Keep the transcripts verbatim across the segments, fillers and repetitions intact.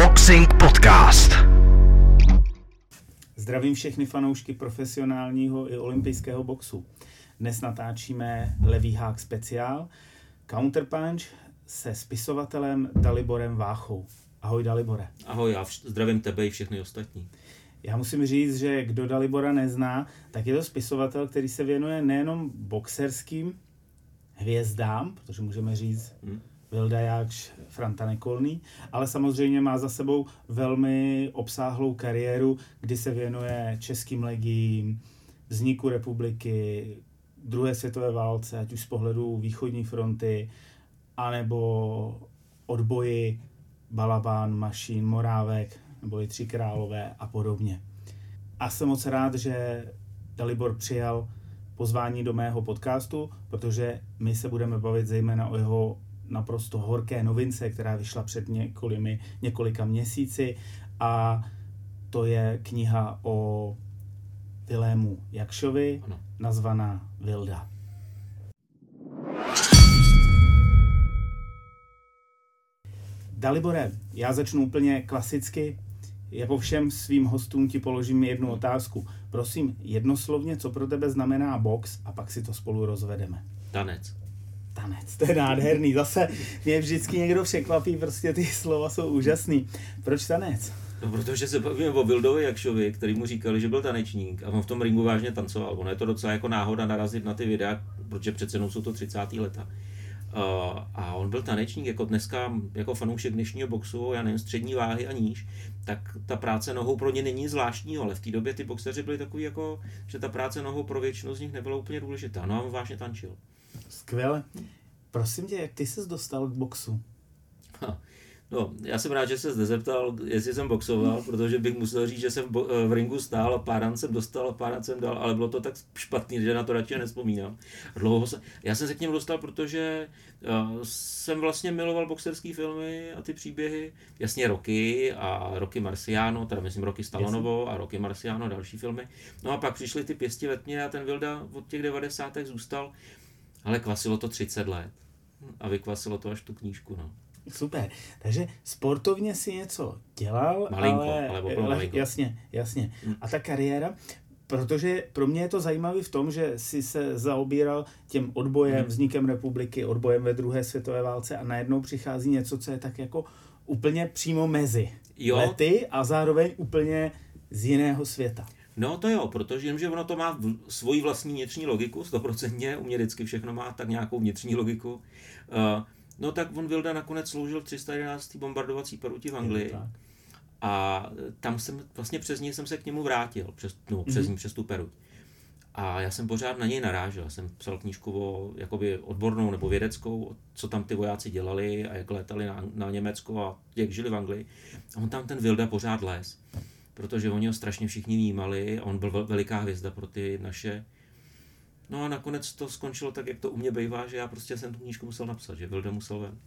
Boxing Podcast. Zdravím všechny fanoušky profesionálního i olympijského boxu. Dnes natáčíme Levý hák speciál Counterpunch se spisovatelem Daliborem Váchou. Ahoj Dalibore. Ahoj, já zdravím tebe i všechny ostatní. Já musím říct, že kdo Dalibora nezná, tak je to spisovatel, který se věnuje nejenom boxerským hvězdám, protože můžeme říct hmm. Vilda Jakš, Franta Nekolný, ale samozřejmě má za sebou velmi obsáhlou kariéru, kdy se věnuje českým legiím, vzniku republiky, druhé světové válce, ať už z pohledu východní fronty, anebo odboji Balabán, Mašín, Morávek, nebo i Tři králové a podobně. A jsem moc rád, že Dalibor přijal pozvání do mého podcastu, protože my se budeme bavit zejména o jeho naprosto horké novince, která vyšla před několimi, několika měsíci, a to je kniha o Vilému Jakšovi, ano. nazvaná Vilda. Dalibore, já začnu úplně klasicky. Jako všem svým hostům ti položím jednu otázku. Prosím, jednoslovně, co pro tebe znamená box, a pak si to spolu rozvedeme. Tanec. Tanec, to je nádherný. Zase mě vždycky někdo překvapí, prostě ty slova jsou úžasný. Proč tanec? No, protože se bavíme o Vildovi Jakšovi, který mu říkali, že byl tanečník a on v tom ringu vážně tancoval. Ono je to docela jako náhoda narazit na ty videa, protože přece jenom jsou to třicátá léta. Uh, a on byl tanečník, jako dneska, jako fanoušek dnešního boxu, já nevím, střední váhy a níž, tak ta práce nohou pro ně není zvláštního, ale v té době ty boxeři byli takový jako, že ta práce nohou pro většinu z nich nebyla úplně důležitá. No a on vážně tančil. Skvěle. Prosím tě, jak ty ses dostal k boxu? Ha. No, já jsem rád, že se zde zeptal, jestli jsem boxoval, protože bych musel říct, že jsem v, v ringu stál a pár ran jsem dostal a pár ran jsem dal, ale bylo to tak špatný, že na to radši nevzpomínám. Dlouho se, já jsem se k němu dostal, protože uh, jsem vlastně miloval boxerské filmy a ty příběhy, jasně Rocky a Rocky Marciano, teda myslím Rocky Stallonovo a Rocky Marciano, další filmy. No a pak přišly ty pěsti ve tmě a ten Vilda od těch devadesátých zůstal, ale kvasilo to třicet let a vykvasilo to až tu knížku, no. Super, takže sportovně si něco dělal, malinko, ale, ale, ale malinko. jasně, jasně. Hmm. A ta kariéra, protože pro mě je to zajímavé v tom, že si se zaobíral tím odbojem, hmm. vznikem republiky, odbojem ve druhé světové válce a najednou přichází něco, co je tak jako úplně přímo mezi jo. lety a zároveň úplně z jiného světa. No to jo, protože jim, že ono to má svoji vlastní vnitřní logiku, stoprocentně, u mě vždycky všechno má tak nějakou vnitřní logiku. Uh, No tak on Vilda nakonec sloužil v tři sta jedenácté bombardovací peruti v Anglii a tam jsem, vlastně přes něj jsem se k němu vrátil, přes, no, přes ní, mm-hmm. přes tu peruť. A já jsem pořád na něj narážel, jsem psal knížku o, jakoby odbornou nebo vědeckou, co tam ty vojáci dělali a jak létali na, na Německo a jak žili v Anglii. A on tam ten Vilda pořád les, protože oni ho strašně všichni vnímali a on byl veliká hvězda pro ty naše. No a nakonec to skončilo tak, jak to u mě bývá, že já prostě jsem tu knížku musel napsat, že Vilda musel ven.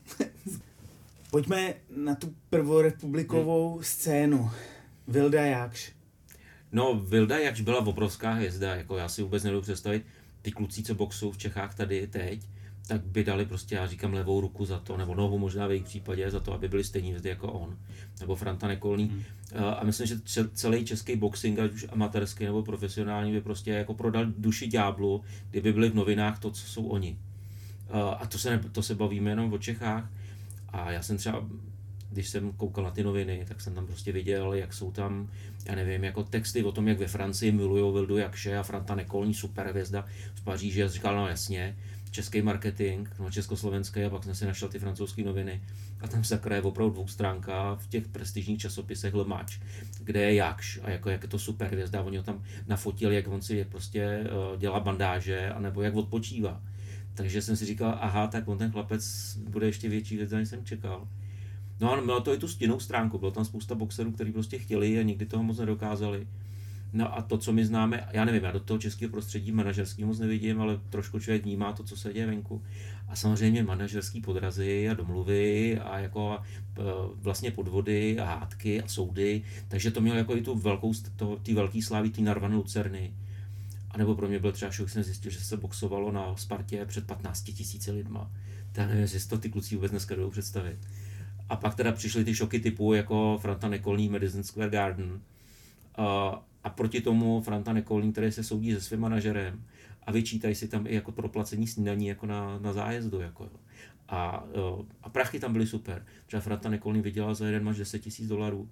Pojďme na tu prvorepublikovou hmm. scénu. Vilda Jakš. No, Vilda Jakš byla obrovská hvězda, jako já si vůbec nedovedu představit, ty kluci, co boxují v Čechách tady teď, tak by dali prostě, já říkám, levou ruku za to, nebo nohu možná v jejich případě za to, aby byli stejní hvězdy jako on, nebo Franta Nekolný. Hmm. A myslím, že celý český boxing, ať už amatérský nebo profesionální, by prostě jako prodal duši ďáblu, kdyby byli v novinách to, co jsou oni. A to se, ne, to se bavíme jenom o Čechách. A já jsem třeba, když jsem koukal na ty noviny, tak jsem tam prostě viděl, jak jsou tam, já nevím, jako texty o tom, jak ve Francii milujou Vildu Jakše a Franta Nekolný, super hvězda v Paříži. Já říkal, no jasně, český marketing, no československý, a pak jsem si našel ty francouzské noviny a tam sakra je opravdu dvoustránka v těch prestižních časopisech Le Match, kde je Jakš a jako, jak je to super hvězda, oni ho tam nafotili, jak on si prostě uh, dělá bandáže, anebo jak odpočívá. Takže jsem si říkal, aha, tak on ten chlapec bude ještě větší hvězda, než jsem čekal. No a mělo to i tu stinnou stránku, bylo tam spousta boxerů, kteří prostě chtěli a nikdy toho moc nedokázali. No a to, co my známe, já nevím, já do toho českého prostředí manažerský moc nevidím, ale trošku člověk vnímá to, co se děje venku. A samozřejmě manažerský podrazy a domluvy a jako vlastně podvody a hádky a soudy, takže to mělo jako i tu velkou, to, ty velký slávy, ty narvané lucerny. A nebo pro mě byl třeba šok, jsem zjistil, že se boxovalo na Spartě před patnácti tisíci lidma. Já nevím, jestli to ty kluci vůbec dneska jdou představit. A pak teda přišly ty šoky typu jako Franta Nekolný, Madison Square Garden. A, a proti tomu Franta Nekolný, který se soudí se svým manažerem a vyčítají si tam i jako proplacení snídaní jako na, na zájezdu. Jako, a, a prachy tam byly super. Třeba Franta Nekolný vydělal za jeden match deset tisíc dolarů.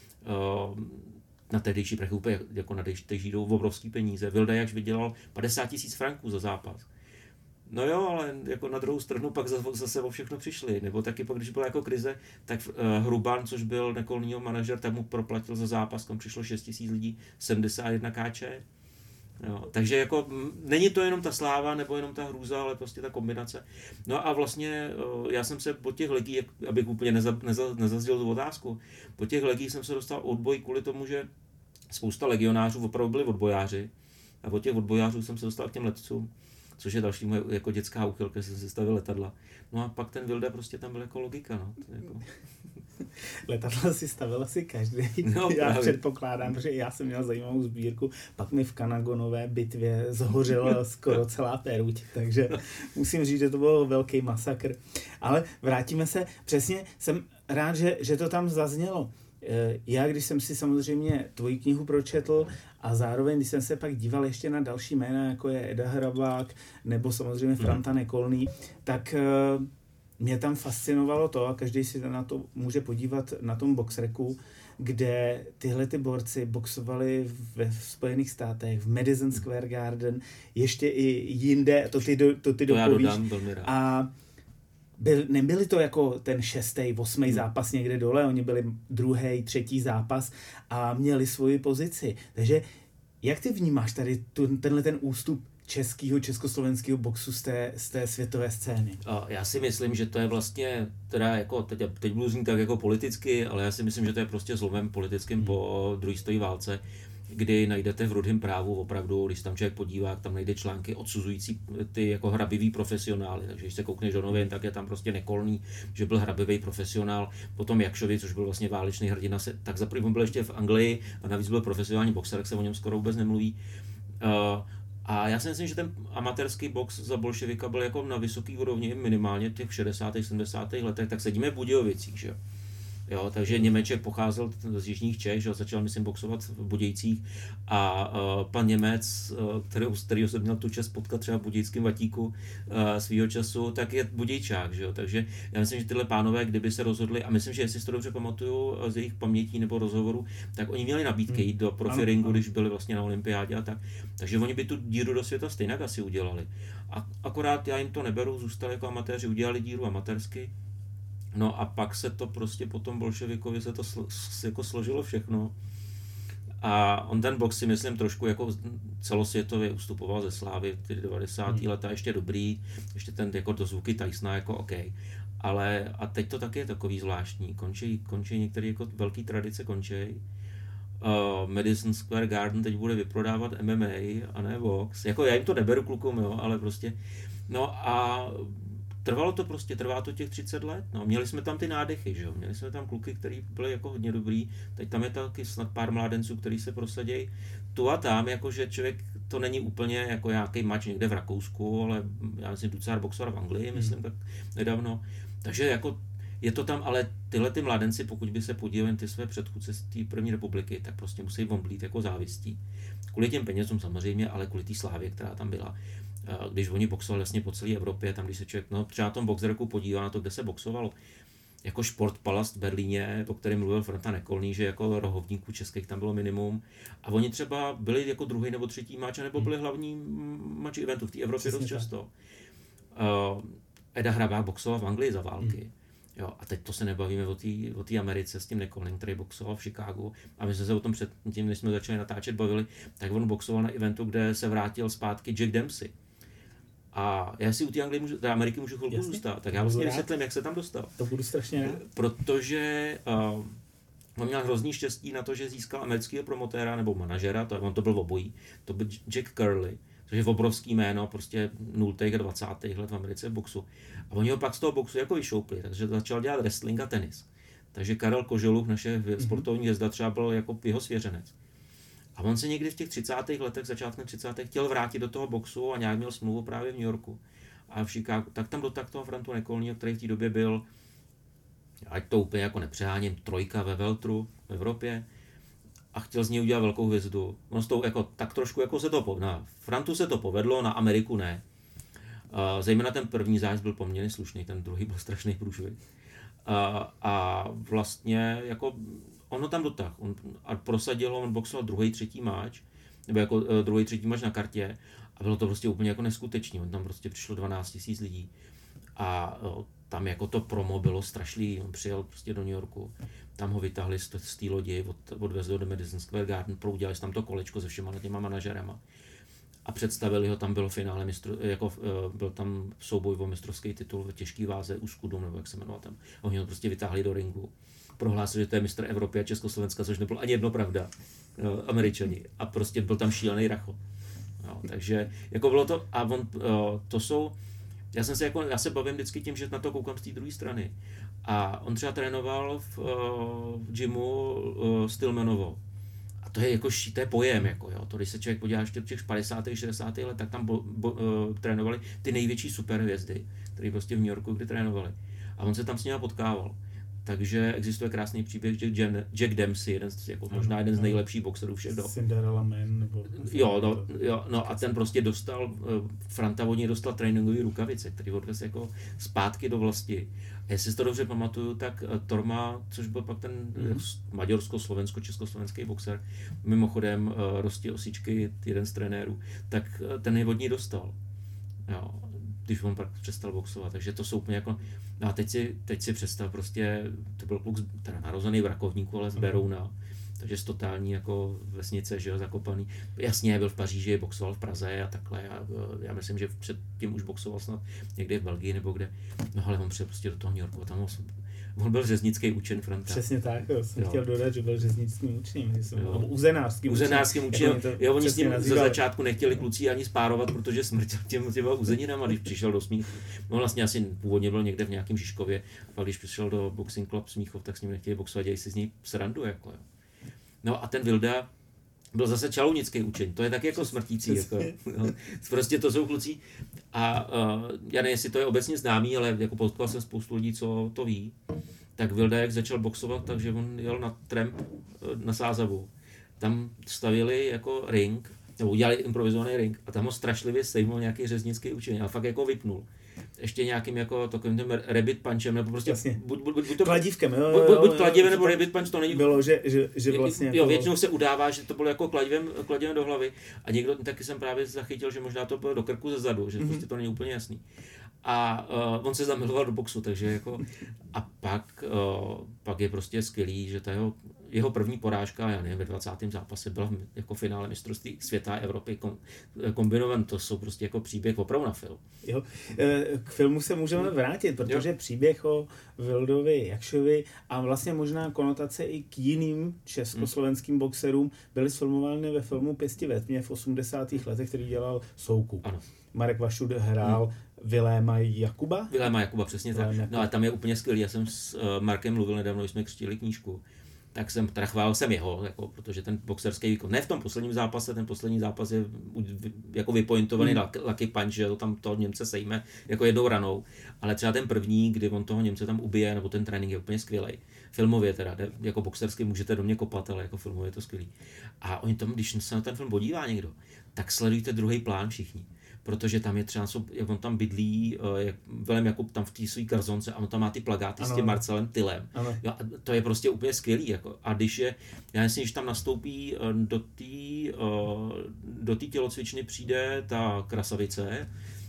Na tehdejší prachy úplně jako na tehdejší jdou obrovský peníze. Will Dyax vydělal padesát tisíc franků za zápas. No jo, ale jako na druhou stranu pak zase o všechno přišli. Nebo taky pak, když byla jako krize, tak uh, Hruban, což byl Nekolnýho manažer, tak mu proplatil za zápas, kam přišlo šest tisíc lidí, sedmdesát jedna káče. Jo, takže jako m, není to jenom ta sláva nebo jenom ta hrůza, ale prostě ta kombinace. No a vlastně uh, já jsem se po těch legích, abych úplně neza, neza, nezazděl tu otázku, po těch legích jsem se dostal odboj kvůli tomu, že spousta legionářů opravdu byli odbojáři a od těch odbojářů jsem se dostal k těm letcům, což je další moje jako dětská úchylka, že jsem si stavil letadla. No a pak ten Wilde prostě tam byl jako logika, no. Jako... Letadla si stavil asi každý. No, já právě. předpokládám, protože já jsem měl zajímavou sbírku, pak mi v Kanagonové bitvě zhořela skoro celá peruť, takže musím říct, že to byl velký masakr. Ale vrátíme se, přesně jsem rád, že, že to tam zaznělo. Já, když jsem si samozřejmě tvoji knihu pročetl a zároveň, když jsem se pak díval ještě na další jména, jako je Eda Hrabák nebo samozřejmě Franta Nekolný, tak mě tam fascinovalo to, a každý si na to může podívat na tom Boxrecu, kde tyhle ty borci boxovali ve Spojených státech, v Madison Square Garden, ještě i jinde, to ty, do, to ty to dopovíš. A byl, nebyli to jako ten šestý, osmý hmm. zápas někde dole, oni byli druhý, třetí zápas a měli svoji pozici. Takže jak ty vnímáš tady tu, tenhle ten ústup českého, československého boxu z té, z té světové scény? Já si myslím, že to je vlastně, teda jako, teď, teď budu znít tak jako politicky, ale já si myslím, že to je prostě zlomem politickým hmm. po druhé světové válce, kdy najdete v Rudém právu opravdu, když tam člověk podívá, tam najde články odsuzující ty jako hrabivý profesionály, takže když se koukneš do novin, tak je tam prostě Nekolný, že byl hrabivý profesionál, potom Jakšovi, což byl vlastně válečný hrdina, se, tak za první byl ještě v Anglii a navíc byl profesionální boxer, tak se o něm skoro vůbec nemluví. Uh, A já si myslím, že ten amatérský box za bolševika byl jako na vysoký úrovni, minimálně v těch šedesátých sedmdesátých letech, tak sedíme v Budějovicích, že jo. Jo, takže Němeček pocházel z jižních Čech, že začal, myslím, boxovat v Budějcích a uh, pan Němec, uh, který, kterýho jsem měl tu čest potkat třeba v budějském Vatíku uh, svýho času, tak je Budějčák, že jo, takže já myslím, že tyhle pánové, kdyby se rozhodli, a myslím, že jestli si to dobře pamatuju z jejich pamětí nebo rozhovoru, tak oni měli nabídky jít do profi ringu, když byli vlastně na olympiádě a tak, takže oni by tu díru do světa stejně asi udělali. A akorát já jim to neberu, zůstali jako amatéři, udělali díru amatérsky. No a pak se to prostě po tom bolševikovi se to slo, jako složilo všechno. A on ten box si myslím trošku jako celosvětově ustupoval ze slávy ty devadesátá Hmm. leta, ještě dobrý, ještě ten jako do zvuky Tysona jako OK. Ale a teď to taky je takový zvláštní, končí, končí některé jako velký tradice končí. Uh, Madison Square Garden teď bude vyprodávat M M A a ne box. Jako já jim to neberu klukům, jo, ale prostě. No a trvalo to prostě, trvá to těch třicet let, no, měli jsme tam ty nádechy, že jo, měli jsme tam kluky, kteří byli jako hodně dobrý, teď tam je taky snad pár mládenců, kteří se prosadějí tu a tam, jakože člověk, to není úplně jako nějaký mač někde v Rakousku, ale já myslím, Ducár boxoval v Anglii, myslím, tak nedávno, takže jako je to tam, ale tyhle ty mládenci, pokud by se podívali ty své předchůdce z té první republiky, tak prostě musí omblít jako závistí. Kvůli těm penězům samozřejmě, ale kvůli té slávě, která tam byla. Když oni boxovali vlastně po celé Evropě, tam když se člověk, no třeba na tom Boxrecu podívá na to, kde se boxovalo, jako Sportpalast v Berlíně, o kterém mluvil Franta Nekolný, že jako rohovníků českých tam bylo minimum. A oni třeba byli jako druhý nebo třetí máč, nebo byli hlavní mači eventu v té Evropě dost často. Uh, Eda Hrabák boxoval v Anglii za války. Hmm. Jo, a teď to se nebavíme o té o té Americe s tím Nekolným, který boxoval v Chicagu. A my jsme se o tom před tím, než jsme začali natáčet, bavili, tak on boxoval na eventu, kde se vrátil zpátky Jack Dempsey. A já si u té Anglie můžu, té Ameriky můžu chvilku zůstat, tak já vlastně vysvětlím, jak se tam dostal. To budu strašně rád. Protože uh, on měl hrozný štěstí na to, že získal amerického promotéra nebo manažera, to, on to byl obojí, to byl Jack Curley, což je obrovský jméno, prostě nultých a dvacátých let v Americe v boxu. A oni ho pak z toho boxu jako vyšoupli, takže začal dělat wrestling a tenis. Takže Karel Koželuch, naše mm-hmm. sportovní hvězda, třeba byl jako jeho svěřenec. A on se někdy v těch třicátých letech, začátkem třicátých chtěl vrátit do toho boxu a nějak měl smlouvu právě v New Yorku. A v Chicagu, tak tam dotaktoval Frantu Nekolnýho, který v té době byl ať to úplně jako nepřeháním, trojka ve Veltru v Evropě a chtěl z něj udělat velkou hvězdu. On s tou jako, tak trošku jako se to povedlo. Na Frantu se to povedlo, na Ameriku ne. Uh, zejména ten první zájezd byl poměrně slušný, ten druhý byl strašný průšvih. Uh, a vlastně jako on ho tam dotáhl. On a prosadil, on boxoval druhý, třetí máč, nebo jako uh, druhý, třetí máč na kartě a bylo to prostě úplně jako neskutečný. On tam prostě přišlo dvanáct tisíc lidí a uh, tam jako to promo bylo strašlivý. On přijel prostě do New Yorku, tam ho vytáhli z té lodi, od, odvezli do Madison Square Garden, proudělali tam to kolečko se všema těma manažerama a představili ho, tam bylo finále, mistro, jako, byl tam souboj o mistrovský titul v těžké váze u Skudum, nebo jak se jmenoval tam. Oni ho prostě vytáhli do ringu, prohlásili, že to je mistr Evropy a Československa, což nebylo ani jedno pravda, no, Američani. A prostě byl tam šílený racho. No, takže jako bylo to, a on, to jsou, já jsem se jako, já se bavím vždycky tím, že na to koukám z té druhé strany. A on třeba trénoval v, v gymu uh, Stillmanovo. A to je jako to je pojem, jako jo. To, když se člověk podívá ještě v těch padesátých šedesátých let, tak tam bo, bo, uh, trénovali ty největší superhvězdy, které prostě v New Yorku kdy trénovali. A on se tam s nimi potkával. Takže existuje krásný příběh Jack, Jack Dempsey, jeden z, jako možná jeden z nejlepších boxerů všech dob. Cinderella Man, nebo... Jo, no, jo, no a ten prostě dostal, Franta od něj dostal tréninkový rukavice, který odvez jako zpátky do vlasti. A jestli si to dobře pamatuju, tak Torma, což byl pak ten mm-hmm. maďarsko-slovensko-československý boxer, mimochodem Rosti Osičky, jeden z trenérů, tak ten je od něj dostal. Jo, když on pak přestal boxovat, takže to jsou úplně jako, no a teď si, teď si představ prostě, to byl kluk teda narozený v Rakovníku, ale z Berouna, takže z totální jako vesnice, že jo, zakopaný. Jasně, byl v Paříži, boxoval v Praze a takhle, a já myslím, že před tím už boxoval snad někde v Belgii nebo kde, no ale on přijel prostě do toho New Yorku a tam on, on byl řeznický učen Franta. Přesně tak, jo, jsem jo. chtěl dodat, že byl řeznickým učením, nebo uzenářským učením. Uzenářským učením, jo, oni s ním ze začátku nechtěli kluci ani spárovat, protože smrtěl těm, těma uzeninama, když přišel do Smíchov. No vlastně asi původně byl někde v nějakém Žižkově, a pak když přišel do Boxing Club Smíchov, tak s ním nechtěli boxovat, dělají si z něj srandu, jako jo. No a ten Vilda byl zase čalounický učeň, to je taky jako smrtící, jako, no. Prostě to jsou kluci a uh, já nevím, jestli to je obecně známý, ale jako potkal jsem spoustu lidí, co to ví. Tak Vilda, jak začal boxovat, takže on jel na tramp na Sázavu. Tam stavili jako ring, nebo udělali improvizovaný ring a tam ho strašlivě sejmul nějaký řeznický učení a fakt jako vypnul. Ještě nějakým jako takovým tím rabbit punchem, nebo prostě buď, buď, buď, buď to kladívkem, jo, buď, buď, buď kladívem, nebo rabbit punch, to není. Bylo, že, že, že vlastně jo, jako... většinou se udává, že to bylo jako kladivem, kladivem do hlavy a někdo taky jsem právě zachytil, že možná to bylo do krku ze zadu, že mm-hmm. prostě to není úplně jasný. A uh, on se zamiloval do boxu, takže jako a pak, uh, pak je prostě skvělý, že ta jeho, jeho první porážka, já nevím, ve dvacátém zápase byla jako finále mistrovství světa a Evropy kom, kombinovan, to jsou prostě jako příběh opravdu na film. Jo, k filmu se můžeme vrátit, protože jo. příběh o Vildovi Jakšovi a vlastně možná konotace i k jiným československým hmm. boxerům byly sfilmovány ve filmu Pěsti ve tmě v osmdesátých letech, který dělal Soukup. Ano. Marek Vašud hrál hmm. Viléma Jakuba? Viléma Jakuba, přesně Vilém tak. Jakub. No ale tam je úplně skvělý. Já jsem s uh, Markem mluvil nedávno, když jsme křtili knížku. Tak jsem teda chválil jsem jeho, jako, protože ten boxerský výkon, ne v tom posledním zápase, ten poslední zápas je jako vypointovaný hmm. lucky punch, že to tam toho Němce sejme jako jednou ranou, ale třeba ten první, kdy on toho Němce tam ubije, nebo ten trénink je úplně skvělý. Filmově teda, jako boxersky můžete do mě kopat, ale jako filmově je to skvělý. A oni tam, když se na ten film podívá někdo, tak sledujte druhý plán všichni. Protože tam je třeba, on tam bydlí, jak Vilém Jakub tam v té své garzonce a on tam má ty plakáty ano. s tím Marcelem Tylem. Jo, a to je prostě úplně skvělý. Jako. A když je, já myslím, když tam nastoupí do té do té tělocvičny přijde ta krasavice,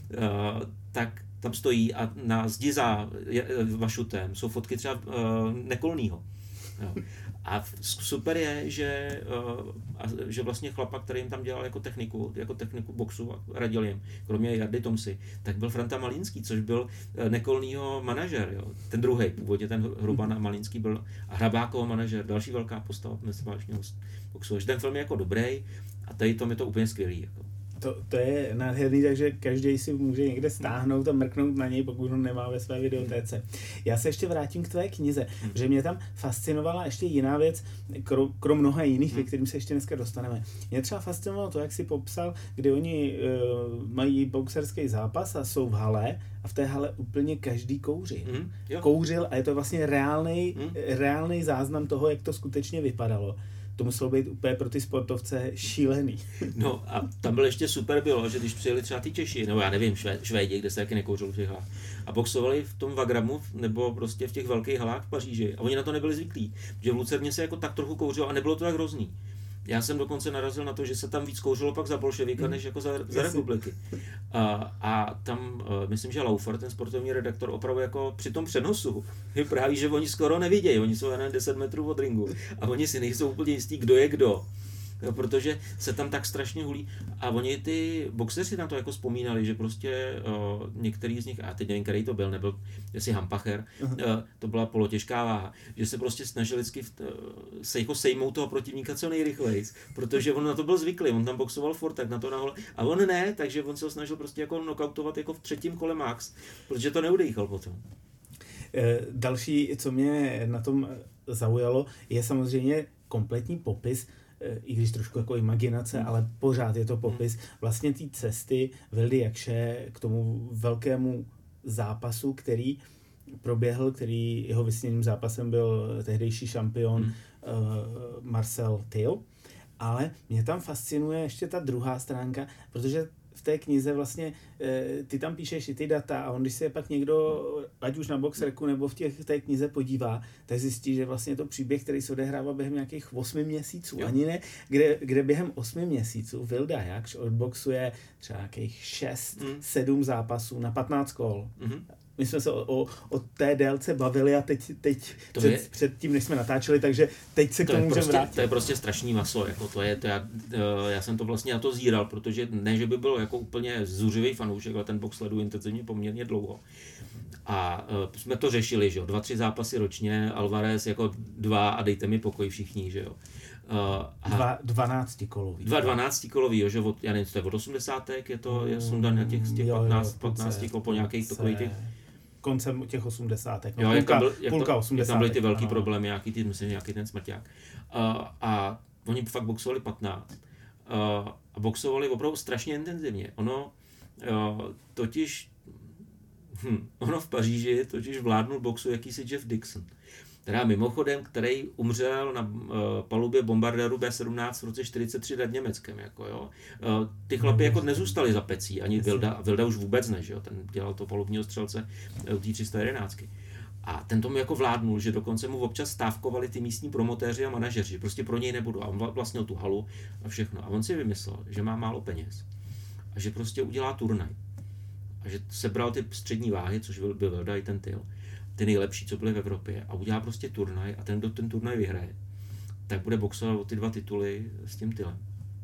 tak tam stojí a na zdi za Vašutem jsou fotky třeba Nekolnýho. Jo. A super je, že, uh, že vlastně chlapa, který jim tam dělal jako techniku, jako techniku boxu a radil jim, kromě Jardy Tomsy, tak byl Franta Malínský, což byl Nekolnýho manažer, jo. Ten druhý, původně ten Hruban Malínský byl a Hrabákova manažer, další velká postava mezivážního boxu. Ten film je jako dobrý a tady to je to úplně skvělý. Jako. To, to je nádherný, takže každý si může někde stáhnout a mrknout na něj, pokud ho nemá ve své videotéce. Já se ještě vrátím k tvé knize, hmm. že mě tam fascinovala ještě jiná věc, krom, krom mnoha jiných, hmm. ke kterým se ještě dneska dostaneme. Mě třeba fascinovalo to, jak jsi popsal, kdy oni uh, mají boxerský zápas a jsou v hale a v té hale úplně každý kouří. Hmm. Kouřil a je to vlastně reálnej, hmm. reálnej záznam toho, jak to skutečně vypadalo. To muselo být úplně pro ty sportovce šílený. No a tam bylo ještě super bylo, že když přijeli třeba ty Češi, nebo já nevím, švé, Švédi, kde se taky nekouřilo v těch halách, a boxovali v tom Wagramu, nebo prostě v těch velkých halách v Paříži. A oni na to nebyli zvyklí, že v Lucerně se jako tak trochu kouřilo a nebylo to tak hrozný. Já jsem dokonce narazil na to, že se tam víc kouřilo pak za bolševika, než jako za, za republiky. A, a tam, myslím, že Laufer, ten sportovní redaktor, opravdu jako při tom přenosu vypráví, že oni skoro nevidějí, oni jsou jen deset metrů od ringu a oni si nejsou úplně jistí, kdo je kdo. Jo, protože se tam tak strašně hulí a oni ty boxeři na to jako vzpomínali, že prostě o, některý z nich, a teď nevím, který to byl, nebyl jestli Hampacher, uh-huh. o, to byla polotěžká váha, že se prostě snažili vždycky v, se jako sejmout toho protivníka co nejrychleji, protože on na to byl zvyklý, on tam boxoval furt tak na to nahole a on ne, takže on se ho snažil prostě jako knockoutovat jako v třetím kole max, protože to neudejchal potom. Další, co mě na tom zaujalo, je samozřejmě kompletní popis, i když trošku jako imaginace, mm. ale pořád je to popis vlastně té cesty Vildy Jakše k tomu velkému zápasu, který proběhl, který jeho vysněným zápasem byl tehdejší šampion mm. uh, Marcel Thiel. Ale mě tam fascinuje ještě ta druhá stránka, protože v té knize vlastně ty tam píšeš i ty data a on, když se je pak někdo, ať už na Boxreku nebo v těch, té knize podívá, tak zjistí, že vlastně je to příběh, který se odehrává během nějakých osmi měsíců. Jo. Ani ne, kde, kde během osmi měsíců Vilda Jakš odboxuje třeba nějakých šest, mm. sedm zápasů na patnáct kol. Mm-hmm. My jsme se o, o, o té délce bavili a teď, teď před, je, před tím, než jsme natáčeli, takže teď se k tomu můžeme prostě, vrátit. To je prostě strašný maso, jako to je, to já, já jsem to vlastně na to zíral, protože ne, že by byl jako úplně zuřivý fanoušek, ale ten box sleduji intenzivně poměrně dlouho. A uh, jsme to řešili, že jo, dva, tři zápasy ročně, Alvarez jako dva a dejte mi pokoj všichni, že jo. Uh, dva dvanáctikolový. Dva dvanáctikolový, jo, že od, já nevím, to je od osmdesátek, je to, je sundan na těch z těch patnáct kol po nějakých takových těch koncem těch osmdesátek. No, jo, půlka, byl, půlka to, osmdesátek. Tam byly ty velký ano. problémy, nějaký, ty, myslím, nějaký ten smrťák. Uh, a oni fakt boxovali patnáct. Uh, a boxovali opravdu strašně intenzivně. Ono uh, totiž, hm, ono v Paříži totiž vládnul boxu jakýsi Jeff Dixon. Teda mimochodem, který umřel na uh, palubě bombardéru bé sedmnáct v roce čtyřicet tři nad Německem. Jako, jo. Uh, ty chlapi jako nezůstali za pecí, ani Vilda, Vilda už vůbec ne, že jo. Ten dělal to palubního střelce u té tři sta jedenáct. A ten tomu jako vládnul, že dokonce mu občas stávkovali ty místní promotéři a manažeři, že prostě pro něj nebudou. A on vlastnil tu halu a všechno. A on si vymyslel, že má málo peněz a že prostě udělá turnaj. A že sebral ty střední váhy, což byl, byl Vilda i ten Thiel, ty nejlepší, co byly v Evropě, a udělá prostě turnaj a ten, kdo ten turnaj vyhraje, tak bude boxovat o ty dva tituly s tím Thielem.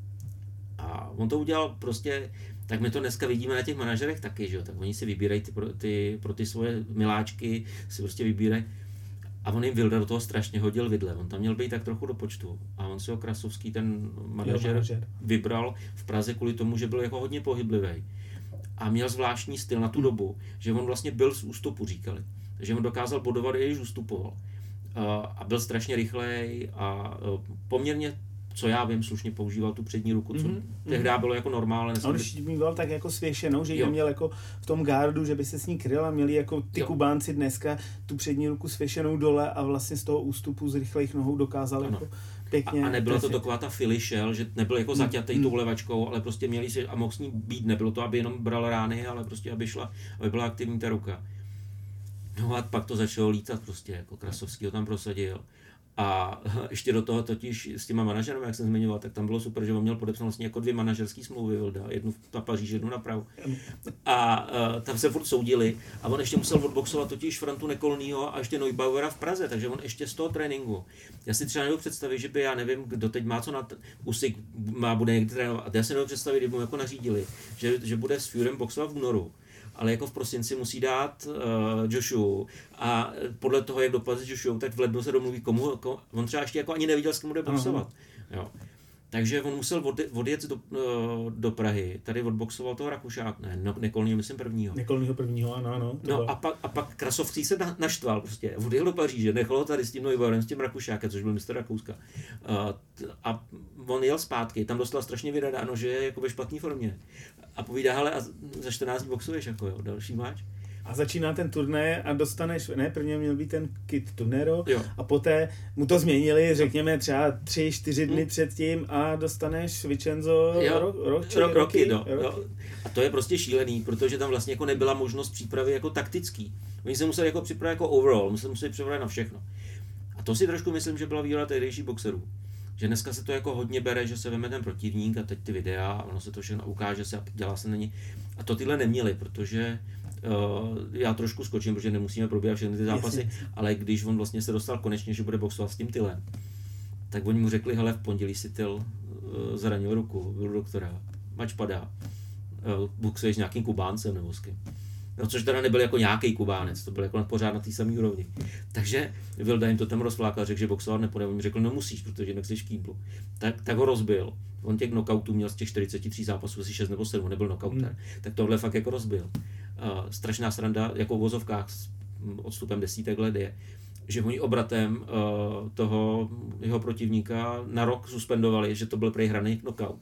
A on to udělal prostě, tak my to dneska vidíme na těch manažerech taky, že jo, tak oni si vybírají ty, pro, ty, pro ty svoje miláčky, si prostě vybírají. A on jim Vilda do toho strašně hodil vidle, on tam měl být tak trochu do počtu. A on si ho Krasovský, ten manažer, jo, manažer, vybral v Praze kvůli tomu, že byl jako hodně pohyblivý. A měl zvláštní styl na tu dobu, že on vlastně byl z ústupu, říkali. Takže on dokázal bodovat, i když ustupoval. A byl strašně rychlej a poměrně, co já vím, slušně používal tu přední ruku, co mm-hmm. tehdy bylo jako normálně. On už mýval tak jako svěšenou, že ji měl jako v tom gardu, že by se s ní kryl a měli jako ty jo. Kubánci dneska tu přední ruku svěšenou dole a vlastně z toho ústupu z rychlejch nohou dokázal ano. jako pěkně. A, a nebylo to taková ta Philly shell, že nebyl jako zaťatý mm. tou levačkou, ale prostě měli si a mohl s ní být. Nebylo to, aby jenom bral rány, ale prostě aby šla, aby byla aktivní ta ruka. No a pak to začalo lítat prostě, jako Krasovský ho tam prosadil. A ještě do toho totiž s těma manažerem, jak jsem zmiňoval, tak tam bylo super, že on měl podepsat vlastně jako dvě manažerský smlouvy, Vilda, jednu na Paříži, jednu na Prahu. A uh, tam se furt soudili a on ještě musel odboxovat totiž Frantu Nekolnýho a ještě Neubauera v Praze, takže on ještě z toho tréninku. Já si třeba nebudu představit, že by, já nevím, kdo teď má co na t- Usyk má, bude někdy trénovat. Já si nebudu představit, kdyby mu jako nařídili, že, že bude s Furym boxovat v únoru. Ale jako v prosinci musí dát uh, Joshua a podle toho, jak dopadne s Joshua, tak v lednu se domluví komu, komu, on třeba ještě jako ani neviděl, s kým bude boxovat. Jo. Takže on musel od, odjet do, do Prahy, tady odboxoval toho Rakušák, ne, no, Nekolního, myslím prvního. Nekolního prvního, ano, ano. No a pak, a pak Krasovský se na, naštval prostě, odjel do Paříže, nechal ho tady s tím Neuborem, s tím Rakušákem, což byl mistr Rakouska. A, a on jel zpátky, tam dostal strašně vyradáno, že je jako ve špatné formě. A povídá, hele, a za čtrnáct dní boxuješ, jako jo, další máč. A začíná ten turnaj a dostaneš, ne, prvně měl být ten kit Tunero jo. A poté mu to změnili, řekněme třeba tři, čtyři dny hmm. předtím a dostaneš Vincenzo ro, roči, ro, roky. roky, No, roky. Jo. A to je prostě šílený, protože tam vlastně jako nebyla možnost přípravy jako taktický. Oni se museli jako připravit jako overall, museli, museli připravit na všechno. A to si trošku myslím, že byla výhoda tehdejších boxerů. Že dneska se to jako hodně bere, že se veme ten protivník a teď ty videa a ono se to všechno ukáže se a dělá se na ní. A to tyhle neměli, protože Uh, já trošku skočím, protože nemusíme probíhat všechny ty zápasy, Jasně. ale když on vlastně se dostal konečně, že bude boxovat s tím Tylem, tak oni mu řekli, hele, v pondělí si Tyl uh, zranil ruku, byl doktora, mač padá, uh, boxuješ s nějakým Kubáncem nebo s kým. No, což teda nebyl jako nějaký Kubánec, to byl jako pořád na té samé úrovni. Takže Vilda jim to tam rozflákal, řekl, že boxovat nepůjde, on mi řekl, no musíš, protože jinak jsi v kýblu. Tak, tak ho rozbil. On těch knockoutů měl z těch čtyřiceti tří zápasů asi šest nebo sedm, nebyl knockouter. Hmm. Tak tohle fakt jako rozbil. Uh, strašná sranda, jako v vozovkách s odstupem desítek let je, že oni obratem uh, toho jeho protivníka na rok suspendovali, že to byl prej hraný knockout.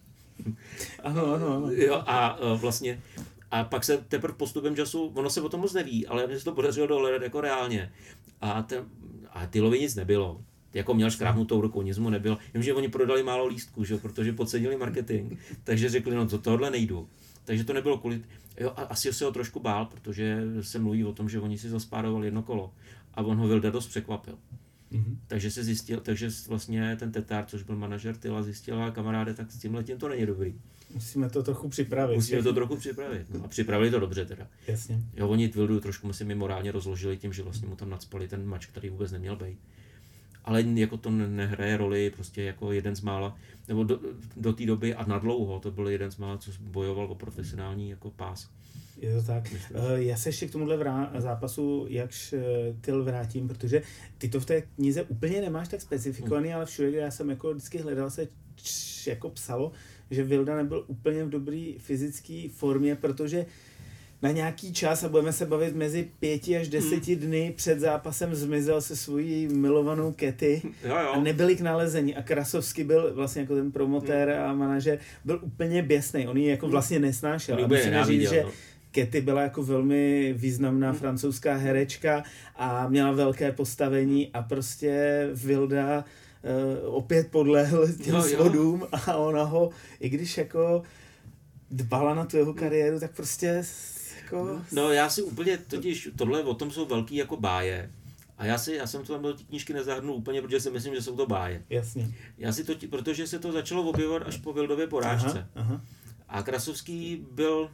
Ano, ano, ano. Jo, a uh, vlastně a pak se teprve postupem času, ono se o tom moc neví, ale mně se to podařilo dohledat jako reálně. A, ten, a Tylovi nic nebylo. Jako měl škrábnutou rukou, nic mu nebylo. Vím, že oni prodali málo lístků, že? Protože podcenili marketing, takže řekli, no to tohle nejdu. Takže to nebylo kvůli... Jo, a asi se ho trošku bál, protože se mluví o tom, že oni si zaspárovali jedno kolo a on ho Vilda dost překvapil. Mm-hmm. Takže se zjistil, takže vlastně ten Tetár, což byl manažer Tyla, zjistil, a kamaráde, tak s tímhletím to není dobrý. Musíme to trochu připravit. Musíme to trochu připravit. No, a připravili to dobře teda. Jasně. Jo, oni Vildu trošku musím morálně rozložili tím, že vlastně mu tam nacpali ten mač, který vůbec neměl být. Ale jako to nehraje roli, prostě jako jeden z mála, nebo do, do té doby a nadlouho, to byl jeden z mála, co bojoval o profesionální jako pás. Je to tak. Myslím. Já se ještě k tomuhle vrá- zápasu, jakž Tyl vrátím, protože ty to v té knize úplně nemáš tak specifikovaný, hmm. ale všude, kde já jsem jako vždycky hledal, se č- jako psalo, že Vilda nebyl úplně v dobré fyzické formě, protože na nějaký čas, a budeme se bavit mezi pěti až deseti hmm. dny před zápasem, zmizel se svojí milovanou Katy jo, jo. a nebyli k nalezení. A Krasovský byl vlastně jako ten promotér hmm. a manažer, byl úplně běsnej. On ji jako vlastně nesnášel. Hmm. A musíme říct, že no. Katy byla jako velmi významná francouzská herečka a měla velké postavení a prostě Vilda uh, opět podlehl těm jo, svodům jo. a ona ho, i když jako dbala na tu jeho kariéru, tak prostě jako... No já si úplně, totiž tohle o tom jsou velký jako báje. A já si, já jsem to tam do té knížky nezahrnul úplně, protože si myslím, že jsou to báje. Jasně. Já si to, protože se to začalo objevovat až po Vildově porážce. Aha, aha. A Krasovský byl,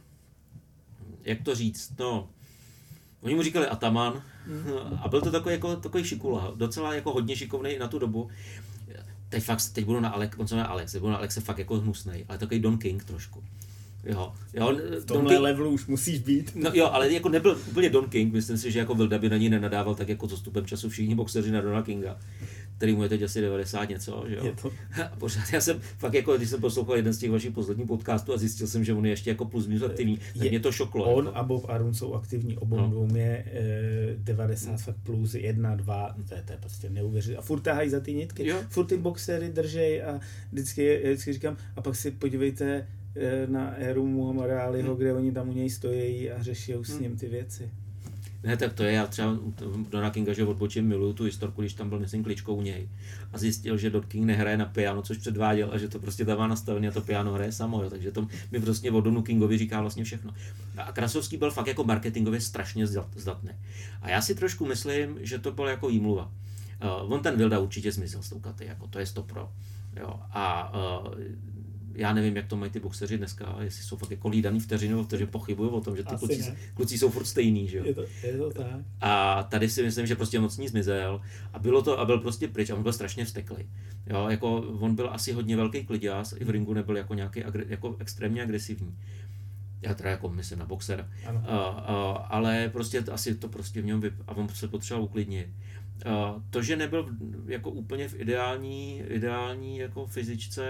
jak to říct, no, oni mu říkali ataman a byl to takový, jako, takový šikula, docela jako hodně šikovnej na tu dobu. Teď fakt, teď budu na Alex, on se jmenuje Alex, teď budu na Alexe fakt jako hnusnej, ale takový Don King trošku. Jo, jo, v tomhle King, levelu už musíš být. No jo, ale jako nebyl úplně Don King, myslím si, že jako Vilda by na ní nenadával tak jako s odstupem času všichni boxeři na Dona Kinga, který mu je teď asi devadesát něco, že jo. To... A pořád já jsem fakt jako, když jsem poslouchal jeden z těch vašich posledních podcastů a zjistil jsem, že on je ještě jako plus minus aktivní, tak je, mě to šoklo. On jako. a Bob Arum jsou aktivní, obou no. dvou je e, devadesát fakt plus, jedna, dva, to je, to je prostě neuvěřitelné. A furt tahají za ty nitky, jo. Furt ty boxery držej a vždycky, vždycky říkám, a pak si podívejte na éru Muhammada Aliho, hmm. kde oni tam u něj stojí a řeší s ním hmm. ty věci. Ne, tak to je, já třeba Dona Kinga, že odbočím, miluju tu historku, když tam byl myslím kličkou u něj a zjistil, že Don King nehraje na piano, což předváděl a že to prostě tam má nastavené a to piano hraje samo, jo, takže to mi prostě o Donu Kingovi říká vlastně všechno. A Krasovský byl fakt jako marketingově strašně zdatný. A já si trošku myslím, že to bylo jako výmluva. Uh, on ten Vilda určitě zmizel s tou Katy, jako to je sto pro. Jo, a uh, já nevím, jak to mají ty boxeři dneska, jestli jsou fakt jako lídaný vteřinou, protože pochybuju o tom, že ty kluci, kluci jsou furt stejný, že jo. Je to, je to tak. A tady si myslím, že prostě moc ní zmizel a bylo to a byl prostě pryč a on byl strašně vzteklý. Jo, jako on byl asi hodně velký kliďás, i v ringu nebyl jako nějaký jako extrémně agresivní. Já teda jako myslím na boxera. A, a, ale prostě asi to prostě v něm vyp... a on se potřeboval uklidnit. A to, že nebyl jako úplně v ideální, ideální jako fyzičce,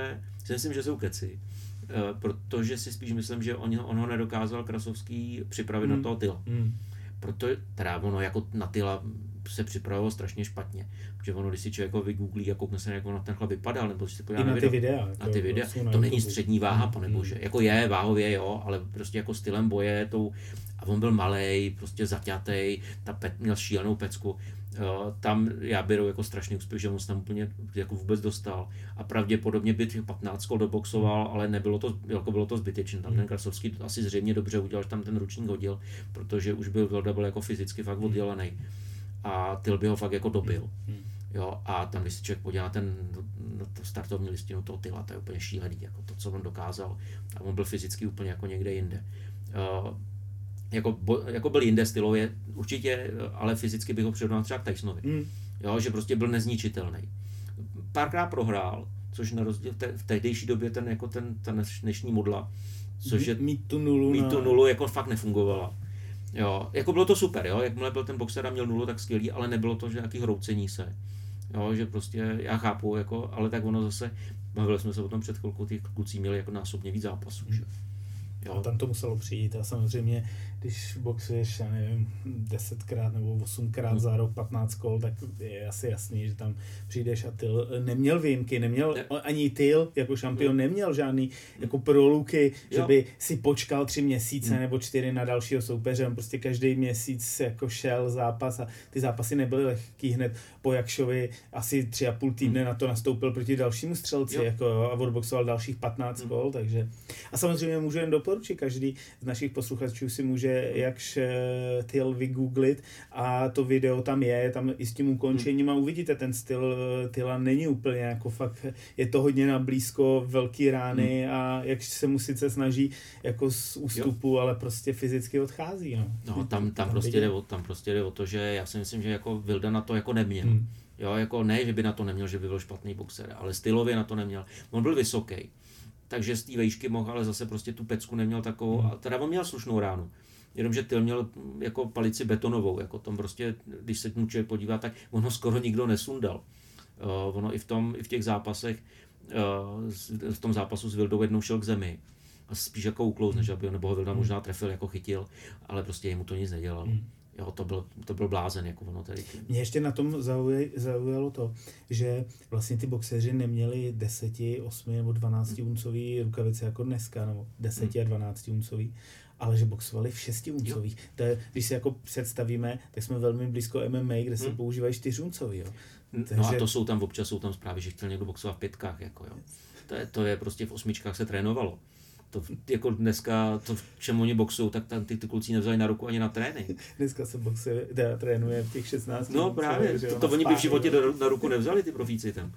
si myslím, že jsou keci. Uh, protože si spíš myslím, že on, on ho nedokázal Krasovský připravit mm. na toho Tyla. Mm. Proto teda ono jako na Tyla se připravilo strašně špatně. Protože ono, když si člověk ho vygooglí a koukne se, jak on na ten chlap vypadal, nebo si podívá na, na, na ty videa. Na ty videa. To, to není střední váha, panebože. Mm. Jako je, váhově jo, ale prostě jako stylem boje, tou, a on byl malej, prostě zaťatej, ta pet, měl šílenou pecku. Uh, tam já beru jako strašný úspěch, že on se tam úplně jako vůbec dostal a pravděpodobně by těch patnáct kol doboxoval, ale nebylo to, jako bylo to zbytečné. Tam ten Krasovský asi zřejmě dobře udělal, že tam ten ručník hodil, protože už byl Vilda byl jako fyzicky fakt oddělený a Tyl by ho fakt jako dobil. Jo, a tam, když si člověk podívá na ten na to startovní listinu toho Tyla, to je úplně šílený, jako to, co on dokázal, a on byl fyzicky úplně jako někde jinde. Uh, Jako, bo, jako byl jinde stylově, určitě, ale fyzicky bych ho přirovnal třeba k Tysonovi. Mm. Jo, že prostě byl nezničitelný. Párkrát prohrál, což na rozdíl v, te, v tehdejší době ten, jako ten, ta dnešní modla, což je mít tu nulu, mít tu nulu jako fakt nefungovala. Jo, jako bylo to super, jo, jakmile byl ten boxer a měl nulu, tak skvělý, ale nebylo to, že nějaký hroucení se. Jo, že prostě, já chápu, jako, ale tak ono zase, bavili jsme se o tom před chvilkou, ty kluci měli jako násobně víc zápasů, že? Jo. A tam to muselo přijít a samozřejmě, když boxuješ, já nevím, desetkrát nebo osmkrát hmm. za rok patnáct kol, tak je asi jasný, že tam přijdeš a Tyl neměl výjimky, neměl ne. ani Tyl jako šampion, hmm. neměl žádný jako proluky, že by si počkal tři měsíce hmm. nebo čtyři na dalšího soupeře, on prostě každý měsíc jako šel zápas a ty zápasy nebyly lehký hned po Jakšovi, asi tři a půl týdne hmm. na to nastoupil proti dalšímu střelci jo. Jako, a odboxoval dalších patnáct hmm. kol, takže a samozřejmě můžu jen doporučit, každý z našich posluchačů si může jakž Tyl vygooglit a to video tam je, tam i s tím ukončením a uvidíte, ten styl Tyla není úplně jako fakt, je to hodně na blízko, velký rány hmm. a jak se mu sice snaží jako z ústupu, jo. ale prostě fyzicky odchází. No, no tam, tam, tam, prostě jde o, tam prostě jde o to, že já si myslím, že jako Vilda na to jako neměl. Hmm. Jo, jako ne, že by na to neměl, že by byl špatný boxer, ale stylově na to neměl. On byl vysoký. Takže z té vejšky mohl, ale zase prostě tu pecku neměl takovou, a teda on měl slušnou ránu. Jenomže Tyl měl jako palici betonovou, jako tom prostě, když se tomu člověk podívá, tak ono skoro nikdo nesundal. Uh, ono i v tom, i v těch zápasech, uh, v tom zápasu s Vildou jednou šel k zemi. A spíš jako uklouzne, že aby, nebo ho Vilda možná trefil, jako chytil, ale prostě jemu to nic nedělalo. Jo, to byl, to byl blázen, jako ono tady. Mě ještě na tom zaujalo, zaujalo to, že vlastně ty boxeři neměli deset, osm nebo dvanáct uncový rukavice jako dneska, nebo deset a dvanáct uncový, ale že boxovali v šesti uncových. To je, když si jako představíme, tak jsme velmi blízko M M A, kde se hmm. používají čtyři uncový, jo. Takže... No a to jsou tam občas, jsou tam zprávy, že chtěl někdo boxovat v pětkách, jako jo. To je, to je prostě v osmičkách se trénovalo. To jako dneska, to v čem oni boxují, tak tam ty, ty kluci nevzali na ruku ani na trénink. Dneska se boxuje, teda trénuje v těch šestnácti. No právě, to, to oni by v životě na, na ruku nevzali, ty profíci tam.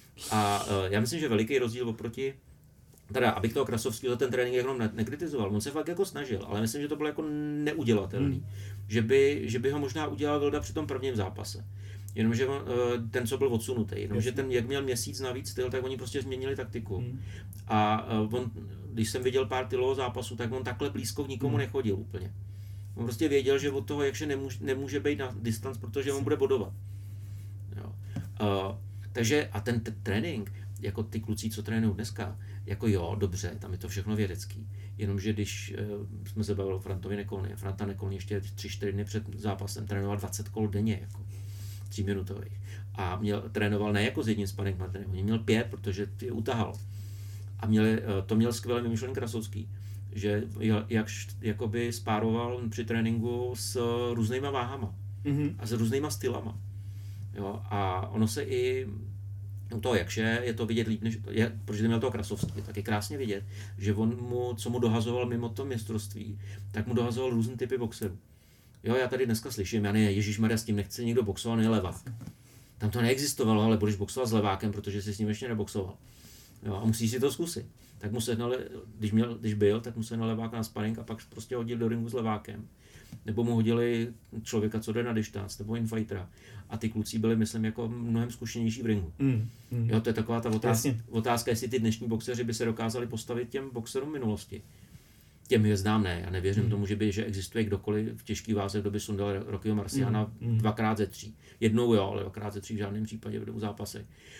A uh, já myslím, že veliký rozdíl oproti, teda abych toho Krasovského ten trénink jenom ne, nekritizoval, on se fakt jako snažil, ale myslím, že to bylo jako neudělatelný. Hmm. Že, by, že by ho možná udělal Vilda při tom prvním zápase. Jenomže uh, ten, co byl odsunutý, jenomže ten, jak měl měsíc navíc styl, tak oni prostě změnili taktiku. Hmm. A uh, on, když jsem viděl pár Tylového zápasu, tak on takhle blízko k nikomu hmm. nechodil úplně. On prostě věděl, že od toho jakže nemůže, nemůže být na distanc, protože on bude bodovat. Jo. Uh, takže a ten t- trénink, jako ty kluci, co trénují dneska, jako jo, dobře, tam je to všechno vědecký. Jenomže když uh, jsme se bavili o Frantovi Nekolny, Franta Nekolny ještě tři čtyři dny před zápasem trénoval dvacet kol denně, jako tříminutových. A měl, trénoval ne jako s jedním sparring partnerem, on měl pět, protože je utahal. A měli, to měl skvěle vymyšlený Krasovský, že jak, jakoby spároval při tréninku s různýma váhama mm-hmm. a s různýma stylama. Jo, a ono se i u toho jakže je to vidět líp, než, je, protože měl toho Krasovský, tak je krásně vidět, že on mu, co mu dohazoval mimo to mistrovství, tak mu dohazoval různý typy boxerů. Jo, já tady dneska slyším, já ne, ježišmarja, s tím nechce nikdo boxovat, ne levák. Tam to neexistovalo, ale budeš boxovat s levákem, protože jsi s ním ještě neboxoval. Jo, a musíš si to zkusit. Tak mu sehnali, když, měl, když byl, tak mu sehnal leváka na sparring a pak prostě hodil do ringu s levákem. Nebo mu hodili člověka, co jde na distanc, nebo infightera. A ty kluci byli, myslím, jako mnohem zkušenější v ringu. Mm, mm. Jo, to je taková ta otázka, otázka, jestli ty dnešní boxeři by se dokázali postavit těm boxerům minulosti. Těm hvězdám ne, já nevěřím mm. tomu, že by, že existuje kdokoliv v těžký váze, kdo by sundal Rockyho Marciana mm. dvakrát ze tří. Jednou jo, ale dvakrát ze tří v žádném případě v zápasech.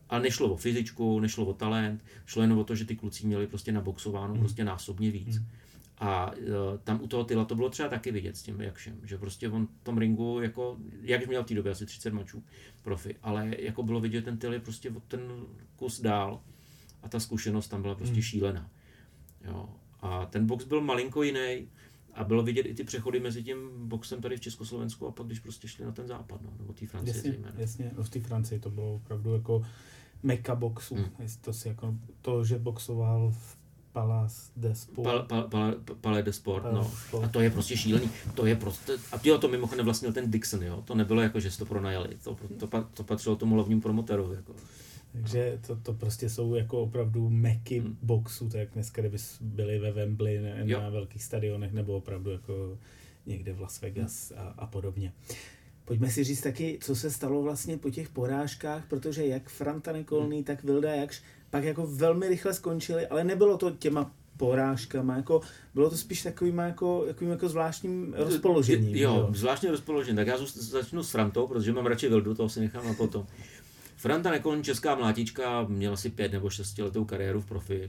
Ale nešlo o fyzičku, nešlo o talent, šlo jen o to, že ty kluci měli prostě naboxováno mm. prostě násobně víc. Mm. A uh, tam u toho Tyla to bylo třeba taky vidět s tím Jakšem, že prostě on v tom ringu, jako, jak měl v té době asi třicet mačů profi, ale jako bylo vidět, ten Tyl je prostě od ten kus dál a ta zkušenost tam byla prostě mm. šílená. Jo. A ten box byl malinko jiný a bylo vidět i ty přechody mezi tím boxem tady v Československu a pak když prostě šli na ten západ, no, nebo té Francie jasně, zejména. Jasně, no v té Francii to bylo opravdu jako meka boxu, mm. to, si jako, to, že boxoval v Palais des Sports. Pal, pal, pal, Palais des Sports, no. A to je prostě šílený. To je prostě, a tyjo, to mimochodem vlastnil ten Dixon, jo. To nebylo jako, že si to pronajali. To, to, to patřilo tomu hlavnímu promotérovi, jako. Takže to, to prostě jsou jako opravdu meky hmm. boxu, tak dneska, kdyby byli ve Wembley na, na velkých stadionech, nebo opravdu jako někde v Las Vegas a, a podobně. Pojďme si říct taky, co se stalo vlastně po těch porážkách, protože jak Franta Nekolný, hmm. tak Vilda Jakš pak jako velmi rychle skončili, ale nebylo to těma porážkama, jako bylo to spíš takovým jako, takovým jako zvláštním rozpoložením. Jo, jo, zvláštním rozpoložením. Tak já začnu s Frantou, protože mám radši Vildu, toho si nechám na potom. Franta Nekolný, česká mlátička, měl asi pět nebo šestiletou kariéru v profi.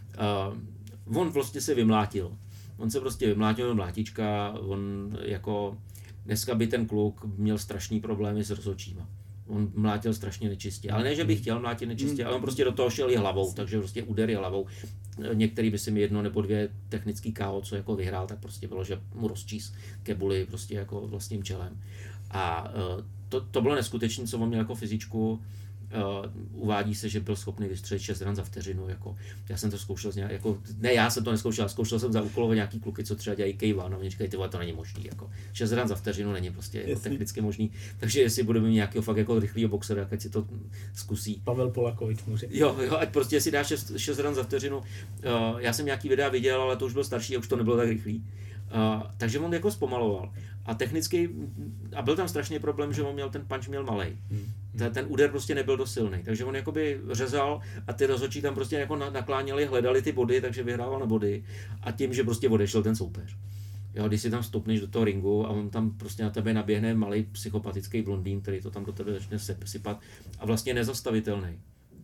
Uh, on vlastně se vymlátil. On se prostě vymlátil, mlátička, on jako dneska by ten kluk měl strašný problémy s rozhodčíma. On mlátil strašně nečistě, ale ne, že by chtěl mlátit nečistě, ale on prostě do toho šel i hlavou, takže prostě úder je hlavou. Některý by si mi jedno nebo dvě technický ká ó, co jako vyhrál, tak prostě bylo, že mu rozčíst kebuli prostě jako vlastním čelem. A uh, to, to bylo neskutečné, co on měl jako fyzičku. Uh, uvádí se, že byl schopný vystřelit šest ran za vteřinu, jako já jsem to zkoušel z nějak, jako ne, já jsem to neskoušel, zkoušel jsem za úkolovat nějaký kluky, co třeba dělají kejva, no mě říkají, ty vole, to není možný, jako šest ran za vteřinu není prostě jako technicky možný, takže jestli budeme mít nějakého fakt jako rychlýho boxera, ať si to zkusí. Pavel Polakovič může. Jo, jo, ať prostě si dá šest ran za vteřinu, uh, já jsem nějaký videa viděl, ale to už byl starší a už to nebylo tak rychlý. Uh, takže on jako zpomaloval. A technicky, a byl tam strašný problém, že on měl ten punch měl malej. Hmm. Ten, ten úder prostě nebyl dost silný. Takže on jakoby řezal a ty rozhodčí tam prostě jako nakláněli, hledali ty body, takže vyhrával na body. A tím, že prostě odešel ten soupeř. Jo, když si tam stopneš do toho ringu a on tam prostě na tebe naběhne malý psychopatický blondýn, který to tam do tebe začne sypat a vlastně nezastavitelný.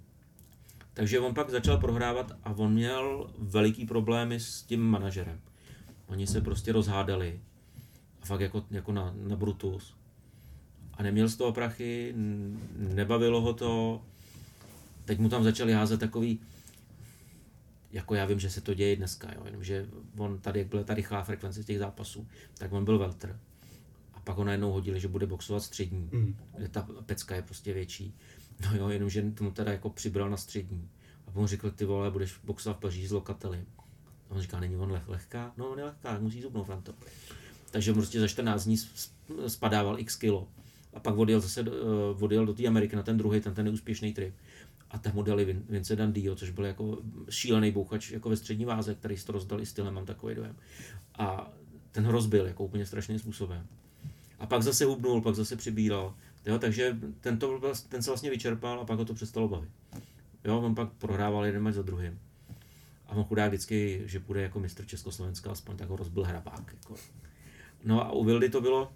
Takže on pak začal prohrávat a on měl veliký problémy s tím manažerem. Oni se prostě rozhádali a fakt jako, jako na, na Brutus. A neměl z toho prachy, nebavilo ho to. Teď mu tam začali házet takový, jako já vím, že se to děje dneska, jo, jenomže on tady, jak byla ta rychlá frekvence těch zápasů, tak on byl welter. A pak ho najednou hodili, že bude boxovat střední, mm. kde ta pecka je prostě větší. No jo, jenomže tomu teda jako přibral na střední. A on řekl, ty vole, budeš boxovat v Paříži s lokateli. A on říká, není on leh, lehká? No, on je lehká, musí zubnout, Franto. Takže prostě za čtrnáct dní spadával x kilo. A pak odjel zase uh, odjel do té Ameriky na ten druhý, ten, ten neúspěšný trip. A tam mu dali Vince Dandio, což byl jako šílený bouchač jako ve střední váze, který si to rozdal i stylem, mám takový dojem. A ten ho rozbil jako úplně strašným způsobem. A pak zase hubnul, pak zase přibíral. Jo, takže ten, to, ten se vlastně vyčerpal a pak ho to přestalo bavit. Jo, on pak prohrával jeden mač za druhým. A on chudák vždycky, že půjde jako mistr Československa, aspoň tak ho rozbil hrabák. Jako. No a u Vildy to bylo,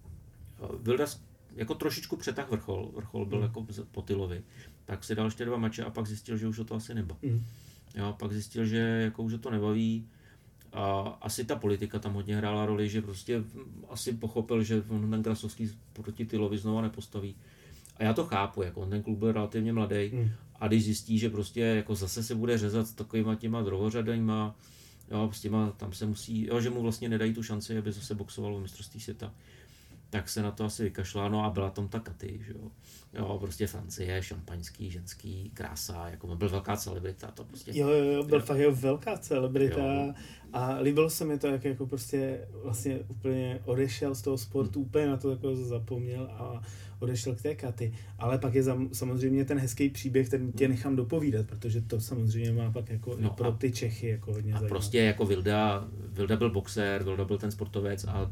Vilda jako trošičku přetah vrchol, vrchol byl mm. jako po Tylovi. Tak si dal ještě dva mače a pak zjistil, že už to asi nebaví. Mm. Jo, pak zjistil, že jako už to nebaví. A asi ta politika tam hodně hrála roli, že prostě asi pochopil, že on ten Krasovský proti Tylovi znova nepostaví. A já to chápu, jako on ten klub byl relativně mladý. Mm. A když zjistí, že prostě jako zase se bude řezat s takovýma těma druhořadejma, jo, s těma, tam se musí, jo, že mu vlastně nedají tu šanci, aby zase boxoval v mistrovství světa, tak se na to asi vykašlá, no a byla tam ta Katy, že jo. Jo, prostě Francie, šampaňský, ženský, krása, jako byl velká celebrita, to prostě. Jo, jo, jo, byl jo. fakt jo, velká celebrita jo. A líbilo se mi to, jak jako prostě vlastně úplně odešel z toho sportu, hmm. úplně na to jako zapomněl a odešel k té Katy. Ale pak je zam, samozřejmě ten hezký příběh, ten tě nechám dopovídat, protože to samozřejmě má pak jako no pro ty Čechy jako hodně a zajímavé. prostě jako Vilda, Vilda byl boxer, Vilda byl ten sportovec a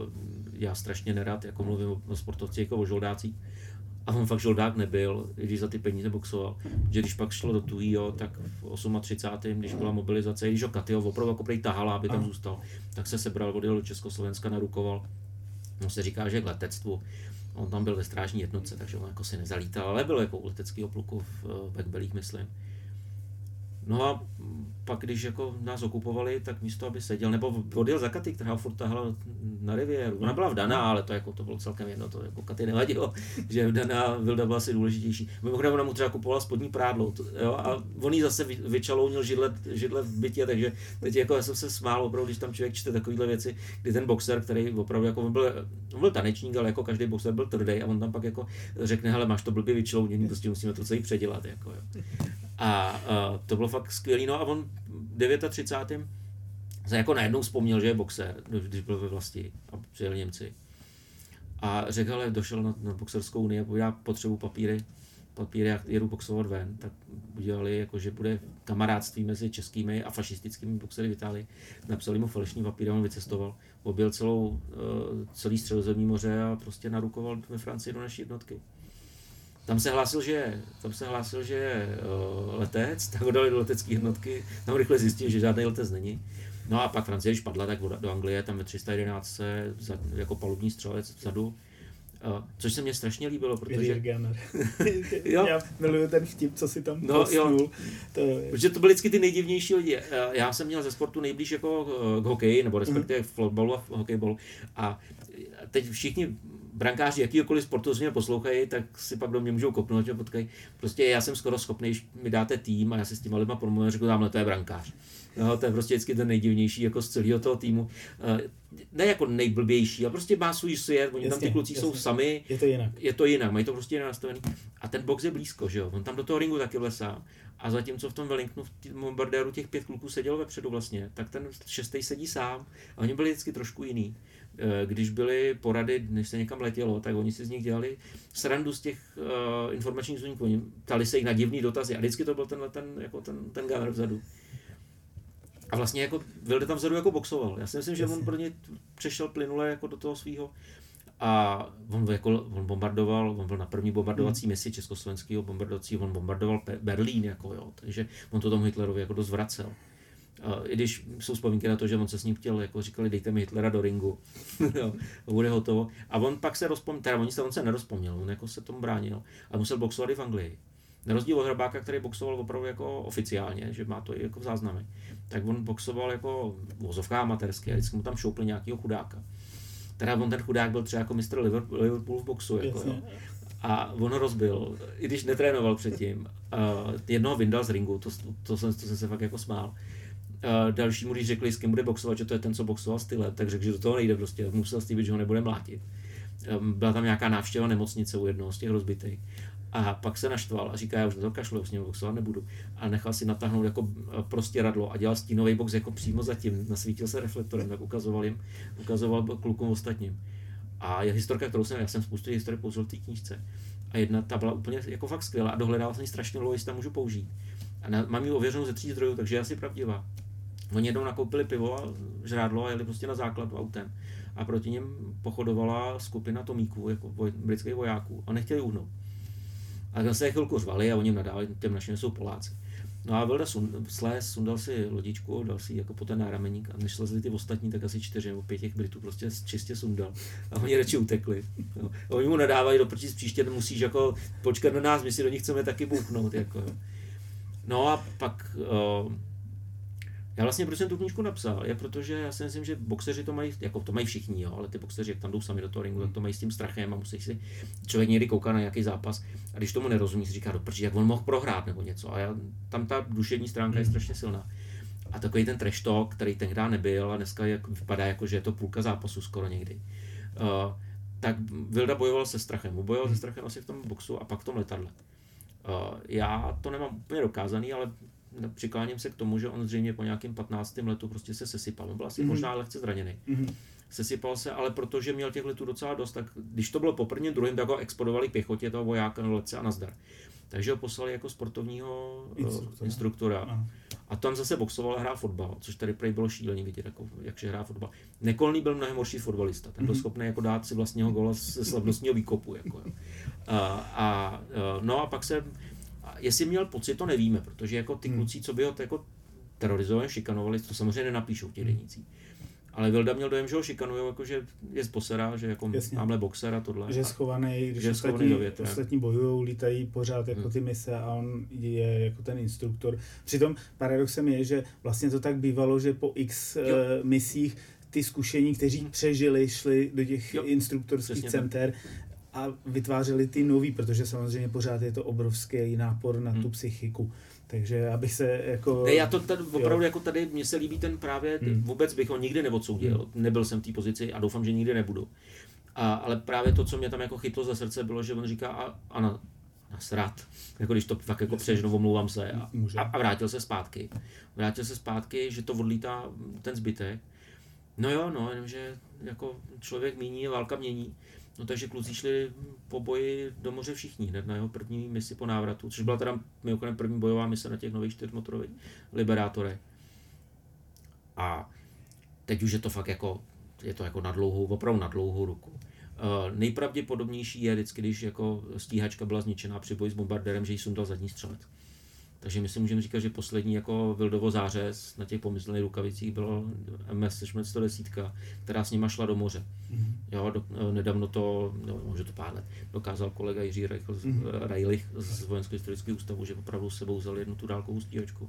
já strašně nerad jako mluvím o sportovci jako o žoldácích. A on fakt žoldák nebyl, když za ty peníze boxoval. Že když pak šlo do tuhýho, tak v třicátém osmém když byla mobilizace, když ho Katyho opravdu jako prej tahala, aby tam zůstal, tak se sebral, odjel do Československa, narukoval. No se říká, že k letectvu. On tam byl ve strážní jednotce, takže on jako si nezalítal, ale byl jako u leteckého pluku v Backbelích, myslím. No a pak, když jako nás okupovali, tak místo, aby seděl, nebo odjel za Katy, která ho furt tahala na riviéru. Ona byla vdaná, ale to, jako, to bylo celkem jedno, to jako Katy nevadilo, že vdaná Vilda byla asi důležitější. Mimochodem ona mu třeba kupovala spodní prádlo, to, jo, a on jí zase vyčalounil židle, židle v bytě, takže teď jako já jsem se smál opravdu, když tam člověk čte takovéhle věci, kdy ten boxer, který opravdu jako on byl, on byl tanečník, ale jako každý boxer byl tvrdý a on tam pak jako řekne, hele, máš to blbě vyčalouněný, prostě musíme to celý předělat, jako jo. A, a to bylo fakt skvělý, no a on třicátým devátým se jako najednou vzpomněl, že je boxer, když byl ve vlasti a přijeli Němci. A řekl, ale došel na, na boxerskou unii a povídá, potřebuji papíry, papíry, jak jedu boxovat ven, tak udělali, jako, že bude kamarádství mezi českými a fašistickými boxery v Itálii. Napsali mu falešní papíry, on vycestoval, objel celou, celý Středozemní moře a prostě narukoval ve Francii do naší jednotky. Tam se hlásil, že, tam se hlásil, že je uh, letec, tak ho dali do letecké jednotky, tam rychle zjistil, že žádný letec není. No a pak Francie, když padla, tak do Anglie, tam ve tři sta jedenáct jako palubní střelec vzadu. Uh, což se mně strašně líbilo, protože... Já miluju ten vtip, co si tam no, posnul. To je... Protože to byly vždycky ty nejdivnější lidi. Uh, já jsem měl ze sportu nejblíž jako uh, k hokeji, nebo respektive mm. fotbalu a hokejbalu. A teď všichni brankáři jakýkoliv sportu, co mě poslouchají, tak si pak do mě můžou kopnout, že potkají. Prostě já jsem skoro schopný, když mi dáte tým a já si s těma lidma promluvím, řeknu, tamhle to je brankář. No, to je prostě vždycky ten nejdivnější jako z celého toho týmu. Ne jako nejblbější, ale prostě má svůj svět, oni jasně, tam ty kluci jasně. jsou sami. Je to jinak. Je to jinak, mají to prostě jinak nastavený. A ten box je blízko, že jo. On tam do toho ringu taky vlesá. A zatímco v tom Wellingtonu, v tom bombardéru těch pět kluků sedělo vepředu vlastně, tak ten šestý sedí sám. A oni byli vždycky trošku jiný. Když byly porady, než se někam letělo, tak oni si z nich dělali srandu z těch uh, informačních zvoníků. Oni ptali se jich na divný dotazy a vždycky to byl tenhle ten, jako ten, ten gunner vzadu. A vlastně jako Vilda tam vzadu jako boxoval. Já si myslím, že on pro ně přešel plynule jako do toho svýho. A on, jako, on bombardoval, on byl na první bombardovací misi československého bombardovacího, on bombardoval Berlín, jako jo, takže on to tomu Hitlerovi jako dost vracel. Uh, I když jsou vzpomínky na to, že on se s ním chtěl, jako říkali, dejte mi Hitlera do ringu, jo, bude hotovo. A on pak se rozpomněl, teda on se, on se nerozpomněl, on jako se tomu bránil a musel boxovat i v Anglii. Na rozdíl od Hrabáka, který boxoval opravdu jako oficiálně, že má to i jako v záznamy, tak on boxoval jako vozovka amatérsky a vždycky mu tam šoupli nějakého chudáka. Teda on ten chudák byl třeba jako mistr Liverpool v boxu, jako, jo. A on ho rozbil, i když netrénoval předtím. Uh, jednoho vyndal z ringu, to, to, jsem, to jsem se fakt jako smál. Uh, dalšímu, když řekli, s kým bude boxovat, že to je ten, co boxoval stylem, tak řekl, že do toho nejde prostě, musel slíbit, že ho nebude mlátit. Um, byla tam nějaká návštěva nemocnice u jednoho z těch rozbitých. A pak se naštval a říká, já už na to kašlu, s ním boxovat nebudu. A nechal si natáhnout jako prostě radlo a dělal stínový box jako přímo zatím, nasvítil se reflektorem, tak ukazoval jim, ukazoval klukům ostatním. A je historka, kterou jsem, já jsem spoustu historii použil v té knížce. A jedna, ta byla úplně jako fakt skvělá a dohledal jsem ji strašně dlouho, jestli tam můžu použít. A na, mám ji ověřenou ze tří zdrojů, takže je asi pravdivá. Oni jednou nakoupili pivo a žrádlo a jeli prostě na základ autem. A proti něm pochodovala skupina Tomíků, jako voj, britských vojáků, a nechtěli uhnout. A tam se chvilku řvali a oni jim nadávali, těm našim jsou Poláci. No a Vilda sund, slez, sundal si lodičku, dal si jako po ten nárameník a než slezli ty ostatní, tak asi čtyři nebo pět těch Britů prostě čistě sundal. A oni radši utekli. No. A oni mu nadávají, do prčí příště musíš jako počkat na nás, my si do nich chceme taky bouchnout. Jako. No a pak... Uh, já vlastně proč jsem tu knížku napsal, je protože já si myslím, že boxeři to mají, jako to mají všichni, jo, ale ty boxeři, jak tam jdou sami do toho ringu, tak to mají s tím strachem a musí si, člověk někdy kouká na nějaký zápas a když tomu nerozumí, si říká, doprčí, jak on mohl prohrát nebo něco a já, tam ta duševní stránka je strašně silná. A takový ten trash talk, který tenkrý nebyl a dneska jak, vypadá jako, že je to půlka zápasu skoro někdy. Uh, tak Vilda bojoval se strachem, bojoval se strachem asi v tom boxu a pak v tom letadle. Uh, já to nemám úplně dokázaný, ale přikláním se k tomu, že on zřejmě po nějakém patnáctém letu prostě se sesypal. On byl asi mm-hmm. možná lehce zraněný. Mm-hmm. Sesypal se, ale protože měl těch letů docela dost, tak když to bylo po prvním, druhém, tak ho exportovali k pěchotě toho vojáka na letce a nazdar. Takže ho poslali jako sportovního instruktora. instruktora. Aha. A tam zase boxoval a hrál fotbal, což tady prej bylo šílený vidět, jako, jakže hrá fotbal. Nekolný byl mnohem horší fotbalista, ten byl mm-hmm. schopný jako dát si vlastního góla ze slavnostního výkopu. Jako, a, a, no a pak se jestli měl pocit, to nevíme, protože jako ty kluci, co by ho jako terorizovali, šikanovali, to samozřejmě nenapíšou v těch denících. Ale Vilda měl dojem, že ho šikanujou, jako že je z posera, že jako Jasně. Máme boxera tohle. Že je schovaný, když ostatní, ostatní bojujou, lítají pořád jako hmm. ty mise a on je jako ten instruktor. Přitom paradoxem je, že vlastně to tak bývalo, že po x jo. misích ty zkušení, kteří hmm. přežili, šli do těch jo. instruktorských Přesně center tak. a vytvářeli ty nový, protože samozřejmě pořád je to obrovský nápor na hmm. tu psychiku. Takže abych se jako... Ne, já to tady, opravdu jako tady, mně se líbí ten právě, hmm. vůbec bych ho nikdy neodsoudil, hmm. nebyl jsem v té pozici a doufám, že nikdy nebudu. A, ale právě to, co mě tam jako chytlo za srdce, bylo, že on říká a, a na, nasrat, jako když to fakt jako přežnu, omlouvám se a, a, a vrátil se zpátky. Vrátil se zpátky, že to odlítá ten zbytek. No jo, no, jenomže jako člověk míní, válka mění. No takže kluci šli po boji do moře všichni, hned na jeho první misi po návratu, což byla teda mimochodem první bojová mise na těch nových čtyřmotorových liberátorech. A teď už je to fakt jako, je to jako na dlouhou, opravdu na dlouhou ruku. Uh, nejpravděpodobnější je vždycky, když jako stíhačka byla zničená při boji s bombardérem, že jí sundal zadní střelec. Takže my si můžeme říkat, že poslední jako Vildovo zářez na těch pomyslných rukavicích bylo Messerschmitt sto deset, která s nima šla do moře. Mm-hmm. Jo, do, nedávno to, no, může to pár let, dokázal kolega Jiří Rajlich mm-hmm. z Vojensko-historického ústavu, že opravdu s sebou vzal jednu tu dálkovou stíhačku.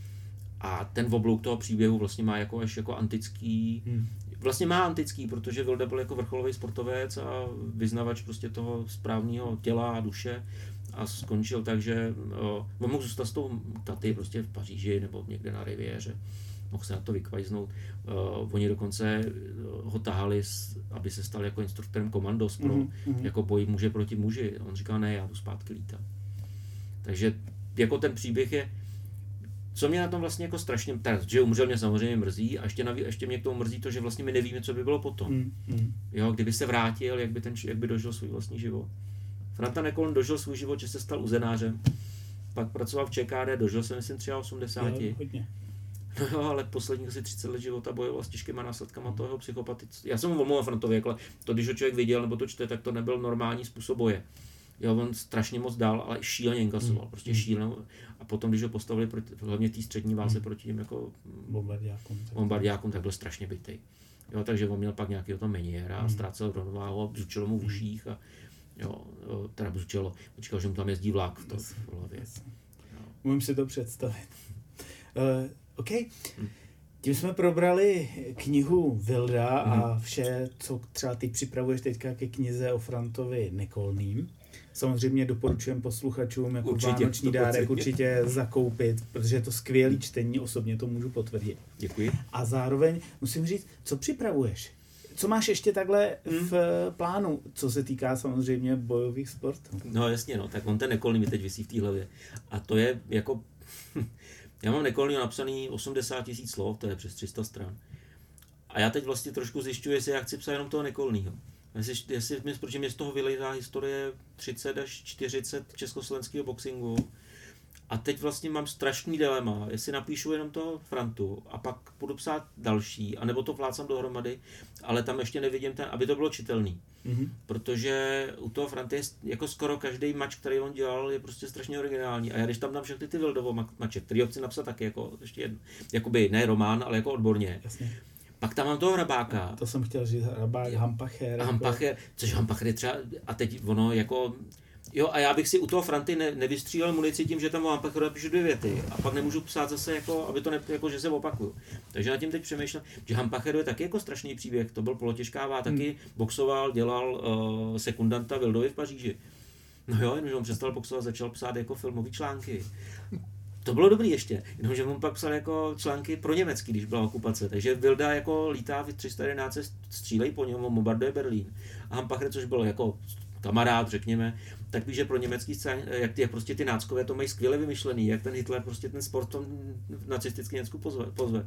A ten oblouk toho příběhu vlastně má jako až jako antický, mm. vlastně má antický, protože Vilda byl jako vrcholový sportovec a vyznavač prostě toho správného těla a duše. A skončil tak, že on mohl zůstat s tou taty prostě v Paříži nebo někde na riviéře. Mohl se na to vykvajznout. Uh, oni dokonce ho tahali, aby se stal jako instruktorem komandos pro mm-hmm. jako boj muže proti muži. On říká, ne, já tu zpátky lítám. Takže jako ten příběh je, co mě na tom vlastně jako strašně, teda, že umřel, mě samozřejmě mrzí a ještě, naví, ještě mě k tomu mrzí to, že vlastně my nevíme, co by bylo potom. Mm-hmm. Jo, kdyby se vrátil, jak by, ten, jak by dožil svůj vlastní život. Franta Nekoln dožil svůj život, že se stal uzenářem, pak pracoval v ČKD, dožil se myslím osmdesát tři. Jo, hodně. No jo, ale posledních asi třicet let života bojoval s těžkýma následkama toho psychopatictví. Já jsem mu omlouval Frantovi, jako to, když ho člověk viděl nebo to čte, tak to nebyl normální způsob boje. Jo, on strašně moc dál, ale šíleně inkasoval, mm. prostě šíleně. A potom, když ho postavili proti, hlavně té střední váze mm. proti těm jako bombardiákům, bombardiákům, tak byl strašně bitej. Jo, takže on měl pak nějakého toho meniéra mm. a ztrácel rovnováhu a bzučilo mu v uších a jo, teda bzučelo, počkal, že mu tam jezdí vlak v to v hlavě. Můžu si to představit. Uh, OK. Hmm. Tím jsme probrali knihu Vilda hmm. a vše, co třeba ty připravuješ teďka ke knize o Frantovi Nekolným. Samozřejmě doporučujeme posluchačům jako určitě, vánoční dárek určitě zakoupit, protože je to skvělý čtení, osobně to můžu potvrdit. Děkuji. A zároveň musím říct, co připravuješ? Co máš ještě takhle hmm. v plánu, co se týká samozřejmě bojových sportů? No jasně, no, tak on ten Nekolný mi teď visí v té hlavě. A to je jako... Já mám Nekolnýho napsaný osmdesát tisíc slov, to je přes tři sta stran. A já teď vlastně trošku zjišťuji, jestli já chci psát jenom toho Nekolnýho. Jestli, jestli, protože mě z toho vylejzá historie třicet až čtyřicet československého boxingu. A teď vlastně mám strašný dilema, jestli napíšu jenom toho Frantu a pak budu psát další, anebo to vlácám dohromady, ale tam ještě nevidím ten, aby to bylo čitelný. Mm-hmm. Protože u toho Franty je jako skoro každý mač, který on dělal, je prostě strašně originální. A já když tam dám všechny ty Vildovo mače, který ho chci napsat taky jako ještě jedno, jakoby ne román, ale jako odborně. Jasně. Pak tam mám toho Hrabáka. To jsem chtěl říct, Hrabák, Hampacher. Hampacher, což Hampacher je třeba, a teď ono jako... Jo, a já bych si u toho Franty ne, nevystřílel munici tím, že tam o Hampacheru napíšu dvě věty a pak nemůžu psát zase, jako, aby to ne, jako, že se opakuju. Takže na tím teď přemýšlím, že Hampacheru je taky jako strašný příběh, to byl polotěžkává, taky hmm. boxoval, dělal uh, sekundanta Vildovi v Paříži. No jo, jenomže on přestal boxovat, začal psát jako filmové články. To bylo dobrý ještě, jenomže on pak psal jako články pro německý, když byla okupace, takže Vilda jako lítá v tři sta jedenáct, střílej po něm, bombarduje Berlín. A Hampacher, což bylo jako kamarád, řekněme, tak víš, že pro německý scén, jak ty, jak prostě ty náckové to mají skvěle vymyšlený, jak ten Hitler prostě ten sport v nacistickém Německu pozve, pozve.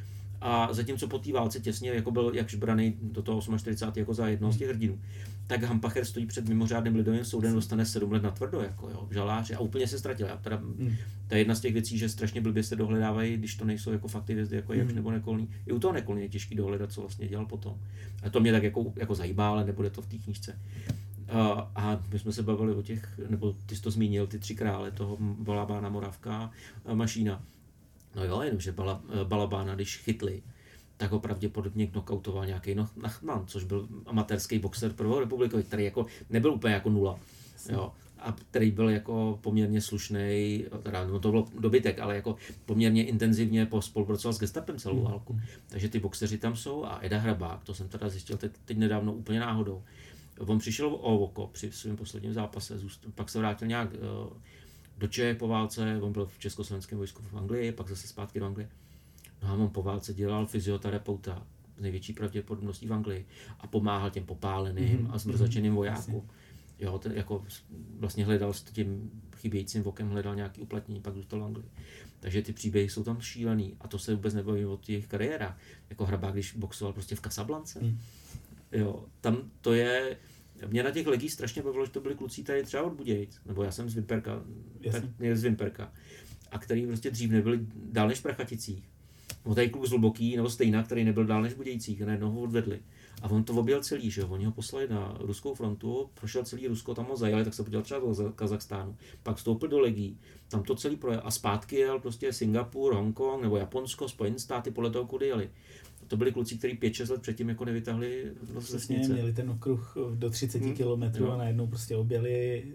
A zatímco po té válce těsně, jako byl jak žbraný do toho čtyřicátého osmého jako za jednoho z těch hrdinů, tak Hampacher stojí před mimořádným lidovým soudem, dostane sedm let na tvrdo, jako jo, žaláři a úplně se ztratil. Já teda, hmm. To je jedna z těch věcí, že strašně blbě se dohledávají, když to nejsou jako fakty hvězdy, jako Jakš hmm. nebo Nekolný. I u toho Nekolný je těžký dohledat, co vlastně dělal potom. A to mě tak jako, jako zajímá, ale nebude to v té knížce. Uh, a my jsme se bavili o těch, nebo ty jsi to zmínil, ty tři krále, toho Balabána, Moravka a Mašína. No jo, jenomže Bala, Balabána, když chytli, tak ho pravděpodobně knockoutoval nějaký Nachman, což byl amatérský boxer prvou republikový, který jako nebyl úplně jako nula. Jo. A který byl jako poměrně slušnej, teda no to bylo dobytek, ale jako poměrně intenzivně spolupracoval s gestapem celou válku. Takže ty boxeři tam jsou a Eda Hrabák, to jsem teda zjistil teď, teď nedávno úplně náhodou. On přišel o oko při svém posledním zápase, pak se vrátil nějak do Čech po válce, on byl v československém vojsku v Anglii, pak zase zpátky do Anglie. No a on po válce dělal fyzioterapeuta z největší pravděpodobností v Anglii a pomáhal těm popáleným mm-hmm. a zmrzačeným vojákům. Jo, ten jako vlastně hledal s tím chybějícím vokem, hledal nějaký uplatnění, pak zůstal v Anglii. Takže ty příběhy jsou tam šílený a to se vůbec nebaví o těch kariérách. Jako Hrabák, když boxoval prostě v Casablance. Mm. Jo, tam to je, mě na těch legích strašně bavilo, že to byli kluci tady třeba od Budějic, nebo já jsem z Vimperka, tak z Vimperka, a který prostě dřív nebyli dál než v Prachaticích. No tady kluk z Hluboký, nebo Stejna, který nebyl dál než v Budějcích, a najednou ho odvedli. A on to objel celý, že jo, oni ho poslali na ruskou frontu, prošel celý Rusko, tam ho zajali, tak se podíval třeba do Kazachstánu, pak vstoupil do legí, tam to celý projel a zpátky jel prostě Singapur, Hongkong nebo Japonsko, Spojené státy, podle toho, kudy jeli. To byli kluci, kteří pět šest let předtím jako nevytahli do vesnice. Měli ten okruh do třicet hmm. kilometrů a najednou prostě objeli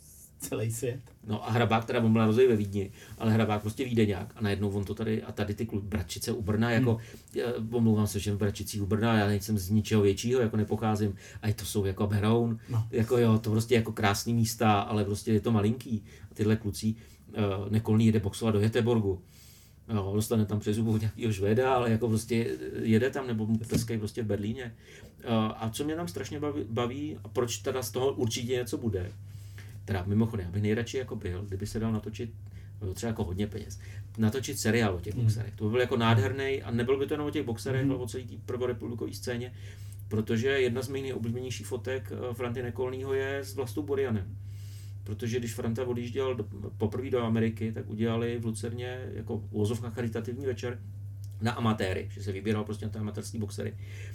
celý svět. No a Hrabák teda, on byl narozený ve Vídni, ale Hrabák prostě Vídeňák a najednou on to tady, a tady ty klub, Bratčice u Brna, jako, hmm. omlouvám se, že v Bratčicích u Brna, já nejsem z ničeho většího, jako nepocházím, a to jsou jako Beroun, no. jako jo, to prostě jako krásný místa, ale prostě je to malinký. A tyhle kluci, uh, Nekolný jede boxovat do Göteborgu. Jo, dostane tam přes zubu nějakýho Švéda, ale jako prostě jede tam nebo tleskají prostě v Berlíně. A co mě tam strašně baví, baví a proč teda z toho určitě něco bude, teda mimochodem, já bych nejradši jako byl, kdyby se dal natočit, třeba jako hodně peněz, natočit seriál o těch mm. boxerech. To by byl jako nádherný a nebyl by to jenom o těch boxerech, mm. ale o celé té prvorepublikové scéně, protože jedna z mých nejoblíbenějších fotek Franty Nekolnýho je s Vlastou Burianem. Protože když Franta odjížděl do, poprvé do Ameriky, tak udělali v Lucerně jako uvozovka charitativní večer na amatéry, že se vybíral prostě na ty amatérský boxery,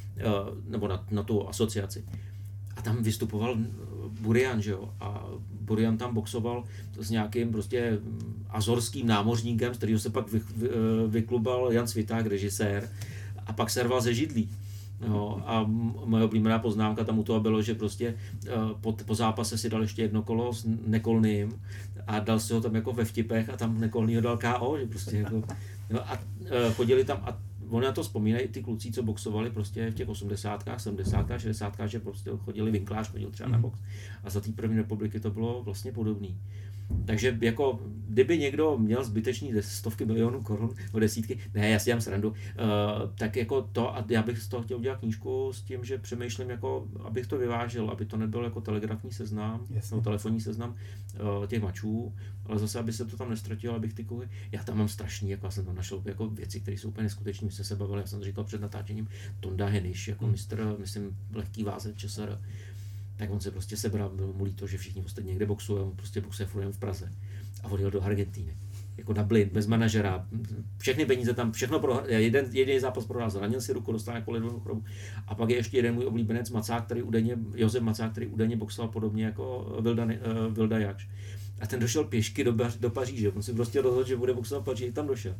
nebo na, na tu asociaci. A tam vystupoval Burian, že jo, a Burian tam boxoval s nějakým prostě azorským námořníkem, z kterého se pak vy, vy, vyklubal Jan Sviták, režisér, a pak se rval ze židlí. Jo, a moje oblíbená poznámka tam u toho bylo, že prostě po, po zápase si dal ještě jedno kolo s Nekolným a dal si ho tam jako ve vtipech a tam Nekolný ho dal ká ó, že prostě jako, jo, a chodili tam a oni na to vzpomínají ty kluci, co boxovali prostě v těch osmdesátkách, sedmdesátkách, šedesátkách, že prostě chodili, Vinklář chodil třeba na box a za té první republiky to bylo vlastně podobný. Takže jako, kdyby někdo měl zbytečný stovky milionů korun o desítky, ne, já si dělám srandu, uh, tak jako to, a já bych z toho chtěl udělat knížku s tím, že přemýšlím, jako, abych to vyvážil, aby to nebyl jako telegrafní seznam, nebo telefonní seznam uh, těch mačů, ale zase, aby se to tam nestratilo, abych ty kuhy, já tam mám strašný, jako já jsem tam našel jako věci, které jsou úplně neskutečné, my jsme se bavili, já jsem to říkal před natáčením, Tonda Heniš, jako hmm. mistr, myslím, lehký váze ČSR, tak on se prostě sebral, bylo mu líto, že všichni ostatní někde boxují, on prostě boxuje furt v Praze a odjel do Argentíny. Jako na blind, bez manažera, všechny peníze tam, všechno pro, jeden jediný zápas prohrál, zranil si ruku, dostal jako ledovou chorobu. A pak je ještě jeden můj oblíbenec Macák, který údajně, Josef Macák, který údajně boxoval podobně jako Vilda, uh, Vilda Jakš. A ten došel pěšky do, do Paříže, on si prostě rozhodl, že bude boxovat v Paříži, tam došel.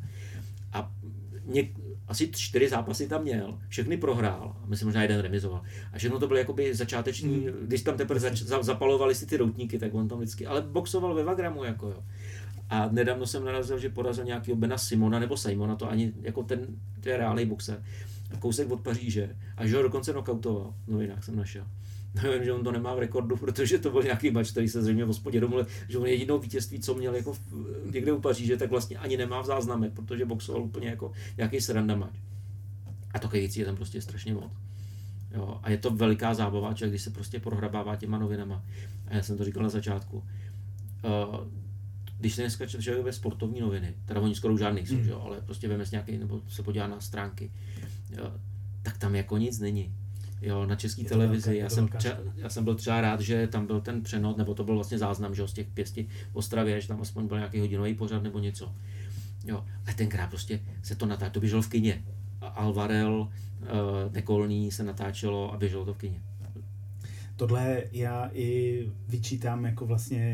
A něk, asi čtyři zápasy tam měl, všechny prohrál, a myslím, možná jeden remizoval. A všechno to bylo jakoby začáteční, mm. když tam teprve zač, za, zapalovali si ty doutníky, tak on tam vždycky, ale boxoval ve Wagramu, jako jo. A nedávno jsem narazil, že porazil nějakého Bena Simona nebo Simona, to ani jako ten, to je reálný boxer, kousek od Paříže, a že ho dokonce knockoutoval, v novinách jsem našel. Nevím, že on to nemá v rekordu, protože to byl nějaký mač, který se zřejmě v hospodě domluvil, že on jedinou vítězství, co měl jako v, někde u Paříže, tak vlastně ani nemá v záznamech, protože boxoval úplně jako nějaký sranda mač. A to věcí je tam prostě strašně moc. Jo, a je to veliká zábava, člověk, když se prostě prohrabává těma novinama. A já jsem to říkal na začátku. Uh, když se dneska člověk ve sportovní noviny, teda oni skoro už žádný jsou, mm. jo, ale prostě veme s nějaký, nebo se podívá na stránky, jo, tak tam jako nic není. Jo, na české televizi, velká, já, jsem třeba, já jsem byl třeba rád, že tam byl ten přenod, nebo to byl vlastně záznam, že z těch Pěsti v Ostravě, že tam aspoň byl nějaký hodinový pořad nebo něco. Jo, a tenkrát prostě se to natáčelo, to běželo v kině. Alvarel, uh, Nekolný se natáčelo a běželo to v kině. Tohle já i vyčítám jako vlastně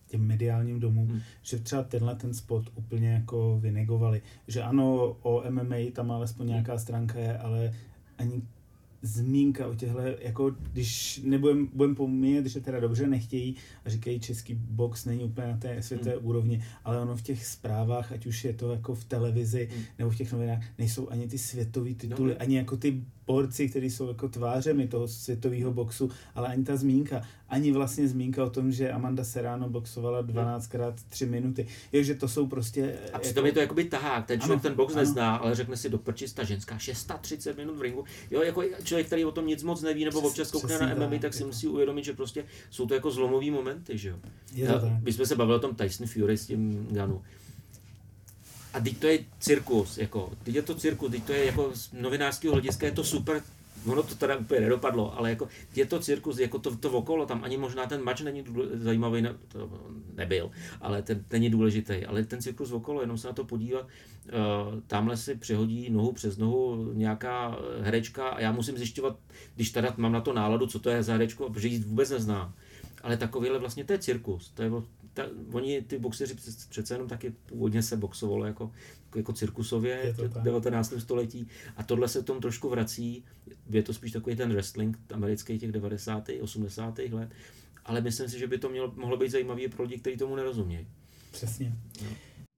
těm mediálním domům, hmm. že třeba tenhle ten spot úplně jako vynegovali. Že ano, o M M A tam alespoň nějaká stránka je, ale ani zmínka o těchto, jako když nebudem, budem pomíjet, že teda dobře nechtějí a říkají, český box není úplně na té světové mm. úrovni, ale ono v těch zprávách, ať už je to jako v televizi mm. nebo v těch novinách, nejsou ani ty světový tituly, no, ani jako ty borci, kteří jsou jako tvářemi toho světového boxu, ale ani ta zmínka, ani vlastně zmínka o tom, že Amanda Serrano boxovala dvanáctkrát tři minuty. Je, že to jsou prostě... A přitom jako... je to jakoby tahák, ten člověk ano, ten box ano. nezná, ale řekne si do prčic, ta ženská třicet šest minut v ringu. Jo, jako člověk, který o tom nic moc neví, nebo Přes, občas koukne na M M A, tak si musí uvědomit, že prostě jsou to jako zlomový momenty, že jo. My jsme se bavili o tom Tyson Fury s tím Ganu. A teď to je cirkus, jako, teď je to cirkus, teď to je jako z novinářského hlediska je to super, ono to teda úplně nedopadlo, ale jako je to cirkus, jako to, to okolo, tam ani možná ten mač není zajímavý, ne, to nebyl, ale ten není důležitý, ale ten cirkus okolo, jenom se na to podívat, uh, tamhle si přehodí nohu přes nohu nějaká herečka a já musím zjišťovat, když teda mám na to náladu, co to je za herečku, protože ji vůbec neznám. Ale takovýhle vlastně to je cirkus, to je ta, oni ty boxeři přece jenom taky původně se boxovalo jako, jako cirkusově v devatenáctém století a tohle se tomu trošku vrací, je to spíš takový ten wrestling americký těch devadesátých osmdesátých let, ale myslím si, že by to mělo, mohlo být zajímavý pro lidi, kteří tomu nerozumějí. Přesně. No.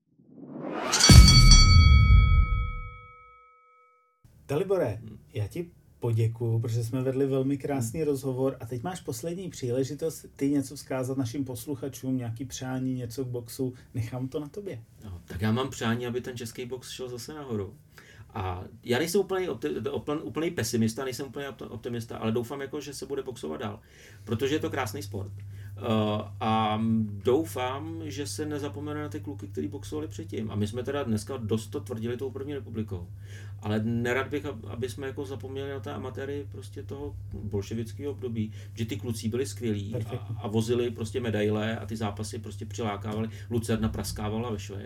Dalibore, hmm. já ti poděkuju, protože jsme vedli velmi krásný hmm. rozhovor a teď máš poslední příležitost ty něco vzkázat našim posluchačům, nějaký přání, něco k boxu, nechám to na tobě. No, tak já mám přání, aby ten český box šel zase nahoru. A já nejsem úplný, úplný pesimista, nejsem úplný optimista, ale doufám, jako, že se bude boxovat dál, protože je to krásný sport. Uh, a doufám, že se nezapomene na ty kluky, kteří boxovali předtím. A my jsme teda dneska dost to tvrdili tou první republikou. Ale nerad bych, aby jsme jako zapomněli na té amatéry prostě toho bolševického období, že ty kluci byli skvělí a, a vozili prostě medaile a ty zápasy prostě přilákávali. Lucerna praskávala ve švech.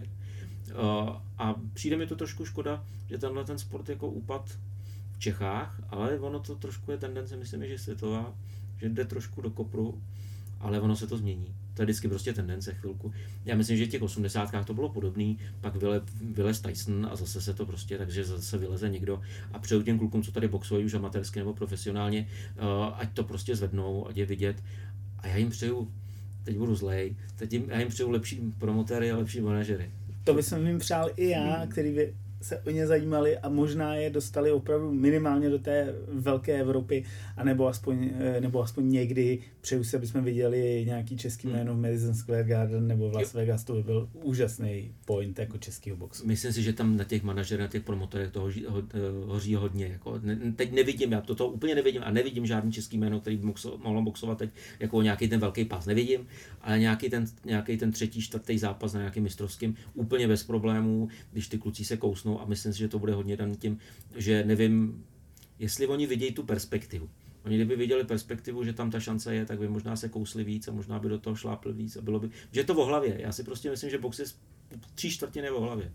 Uh, a přijde mi to trošku škoda, že tenhle ten sport jako upad v Čechách, ale ono to trošku je tendence, myslím, že světová, že jde trošku do kopru, ale ono se to změní. To je vždycky prostě tendence chvilku. Já myslím, že v těch osmdesátkách to bylo podobný, pak vyle, vylez Tyson a zase se to prostě, takže zase vyleze někdo a přeju těm klukům, co tady boxují už amatérsky nebo profesionálně, uh, ať to prostě zvednou, ať je vidět. A já jim přeju, teď budu zlej, teď jim, já jim přeju lepší promotéry a lepší manažery. To bych jim přál i já, hmm. který by se o ně zajímali a možná je dostali opravdu minimálně do té velké Evropy, anebo aspoň, nebo aspoň někdy přeju si, aby jsme viděli nějaký český jméno v Madison Square Garden nebo v Las Vegas, to by byl úžasný point jako českého boxu. Myslím si, že tam na těch manažerech, na těch promotorech to hoří, ho, hoří hodně. Jako, ne, teď nevidím, já to, to úplně nevidím a nevidím žádný český jméno, který by mohl boxovat teď jako nějaký ten velký pás. Nevidím, ale nějaký ten, nějaký ten třetí, čtvrtý zápas na nějakým mistrovským úplně bez problémů, když ty kluci se kousnou a myslím si, že to bude hodně dan tím, že nevím, jestli oni vidějí tu perspektivu. Oni kdyby viděli perspektivu, že tam ta šance je, tak by možná se kousli víc a možná by do toho šlápli víc a bylo by, že je to o hlavě. Já si prostě myslím, že box je tři čtvrtiny o hlavě.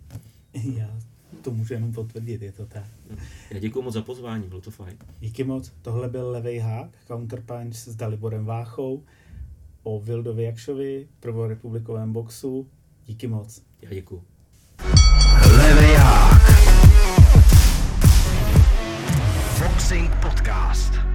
Já to můžu jenom potvrdit, je to tak. Já děkuji moc za pozvání, bylo to fajn. Díky moc. Tohle byl Levej hák, Counterpunch s Daliborem Váchou o Vildovi Jakšovi, prvorepublikovém boxu. Díky moc. Já děkuji. Levej hák. Boxing podcast.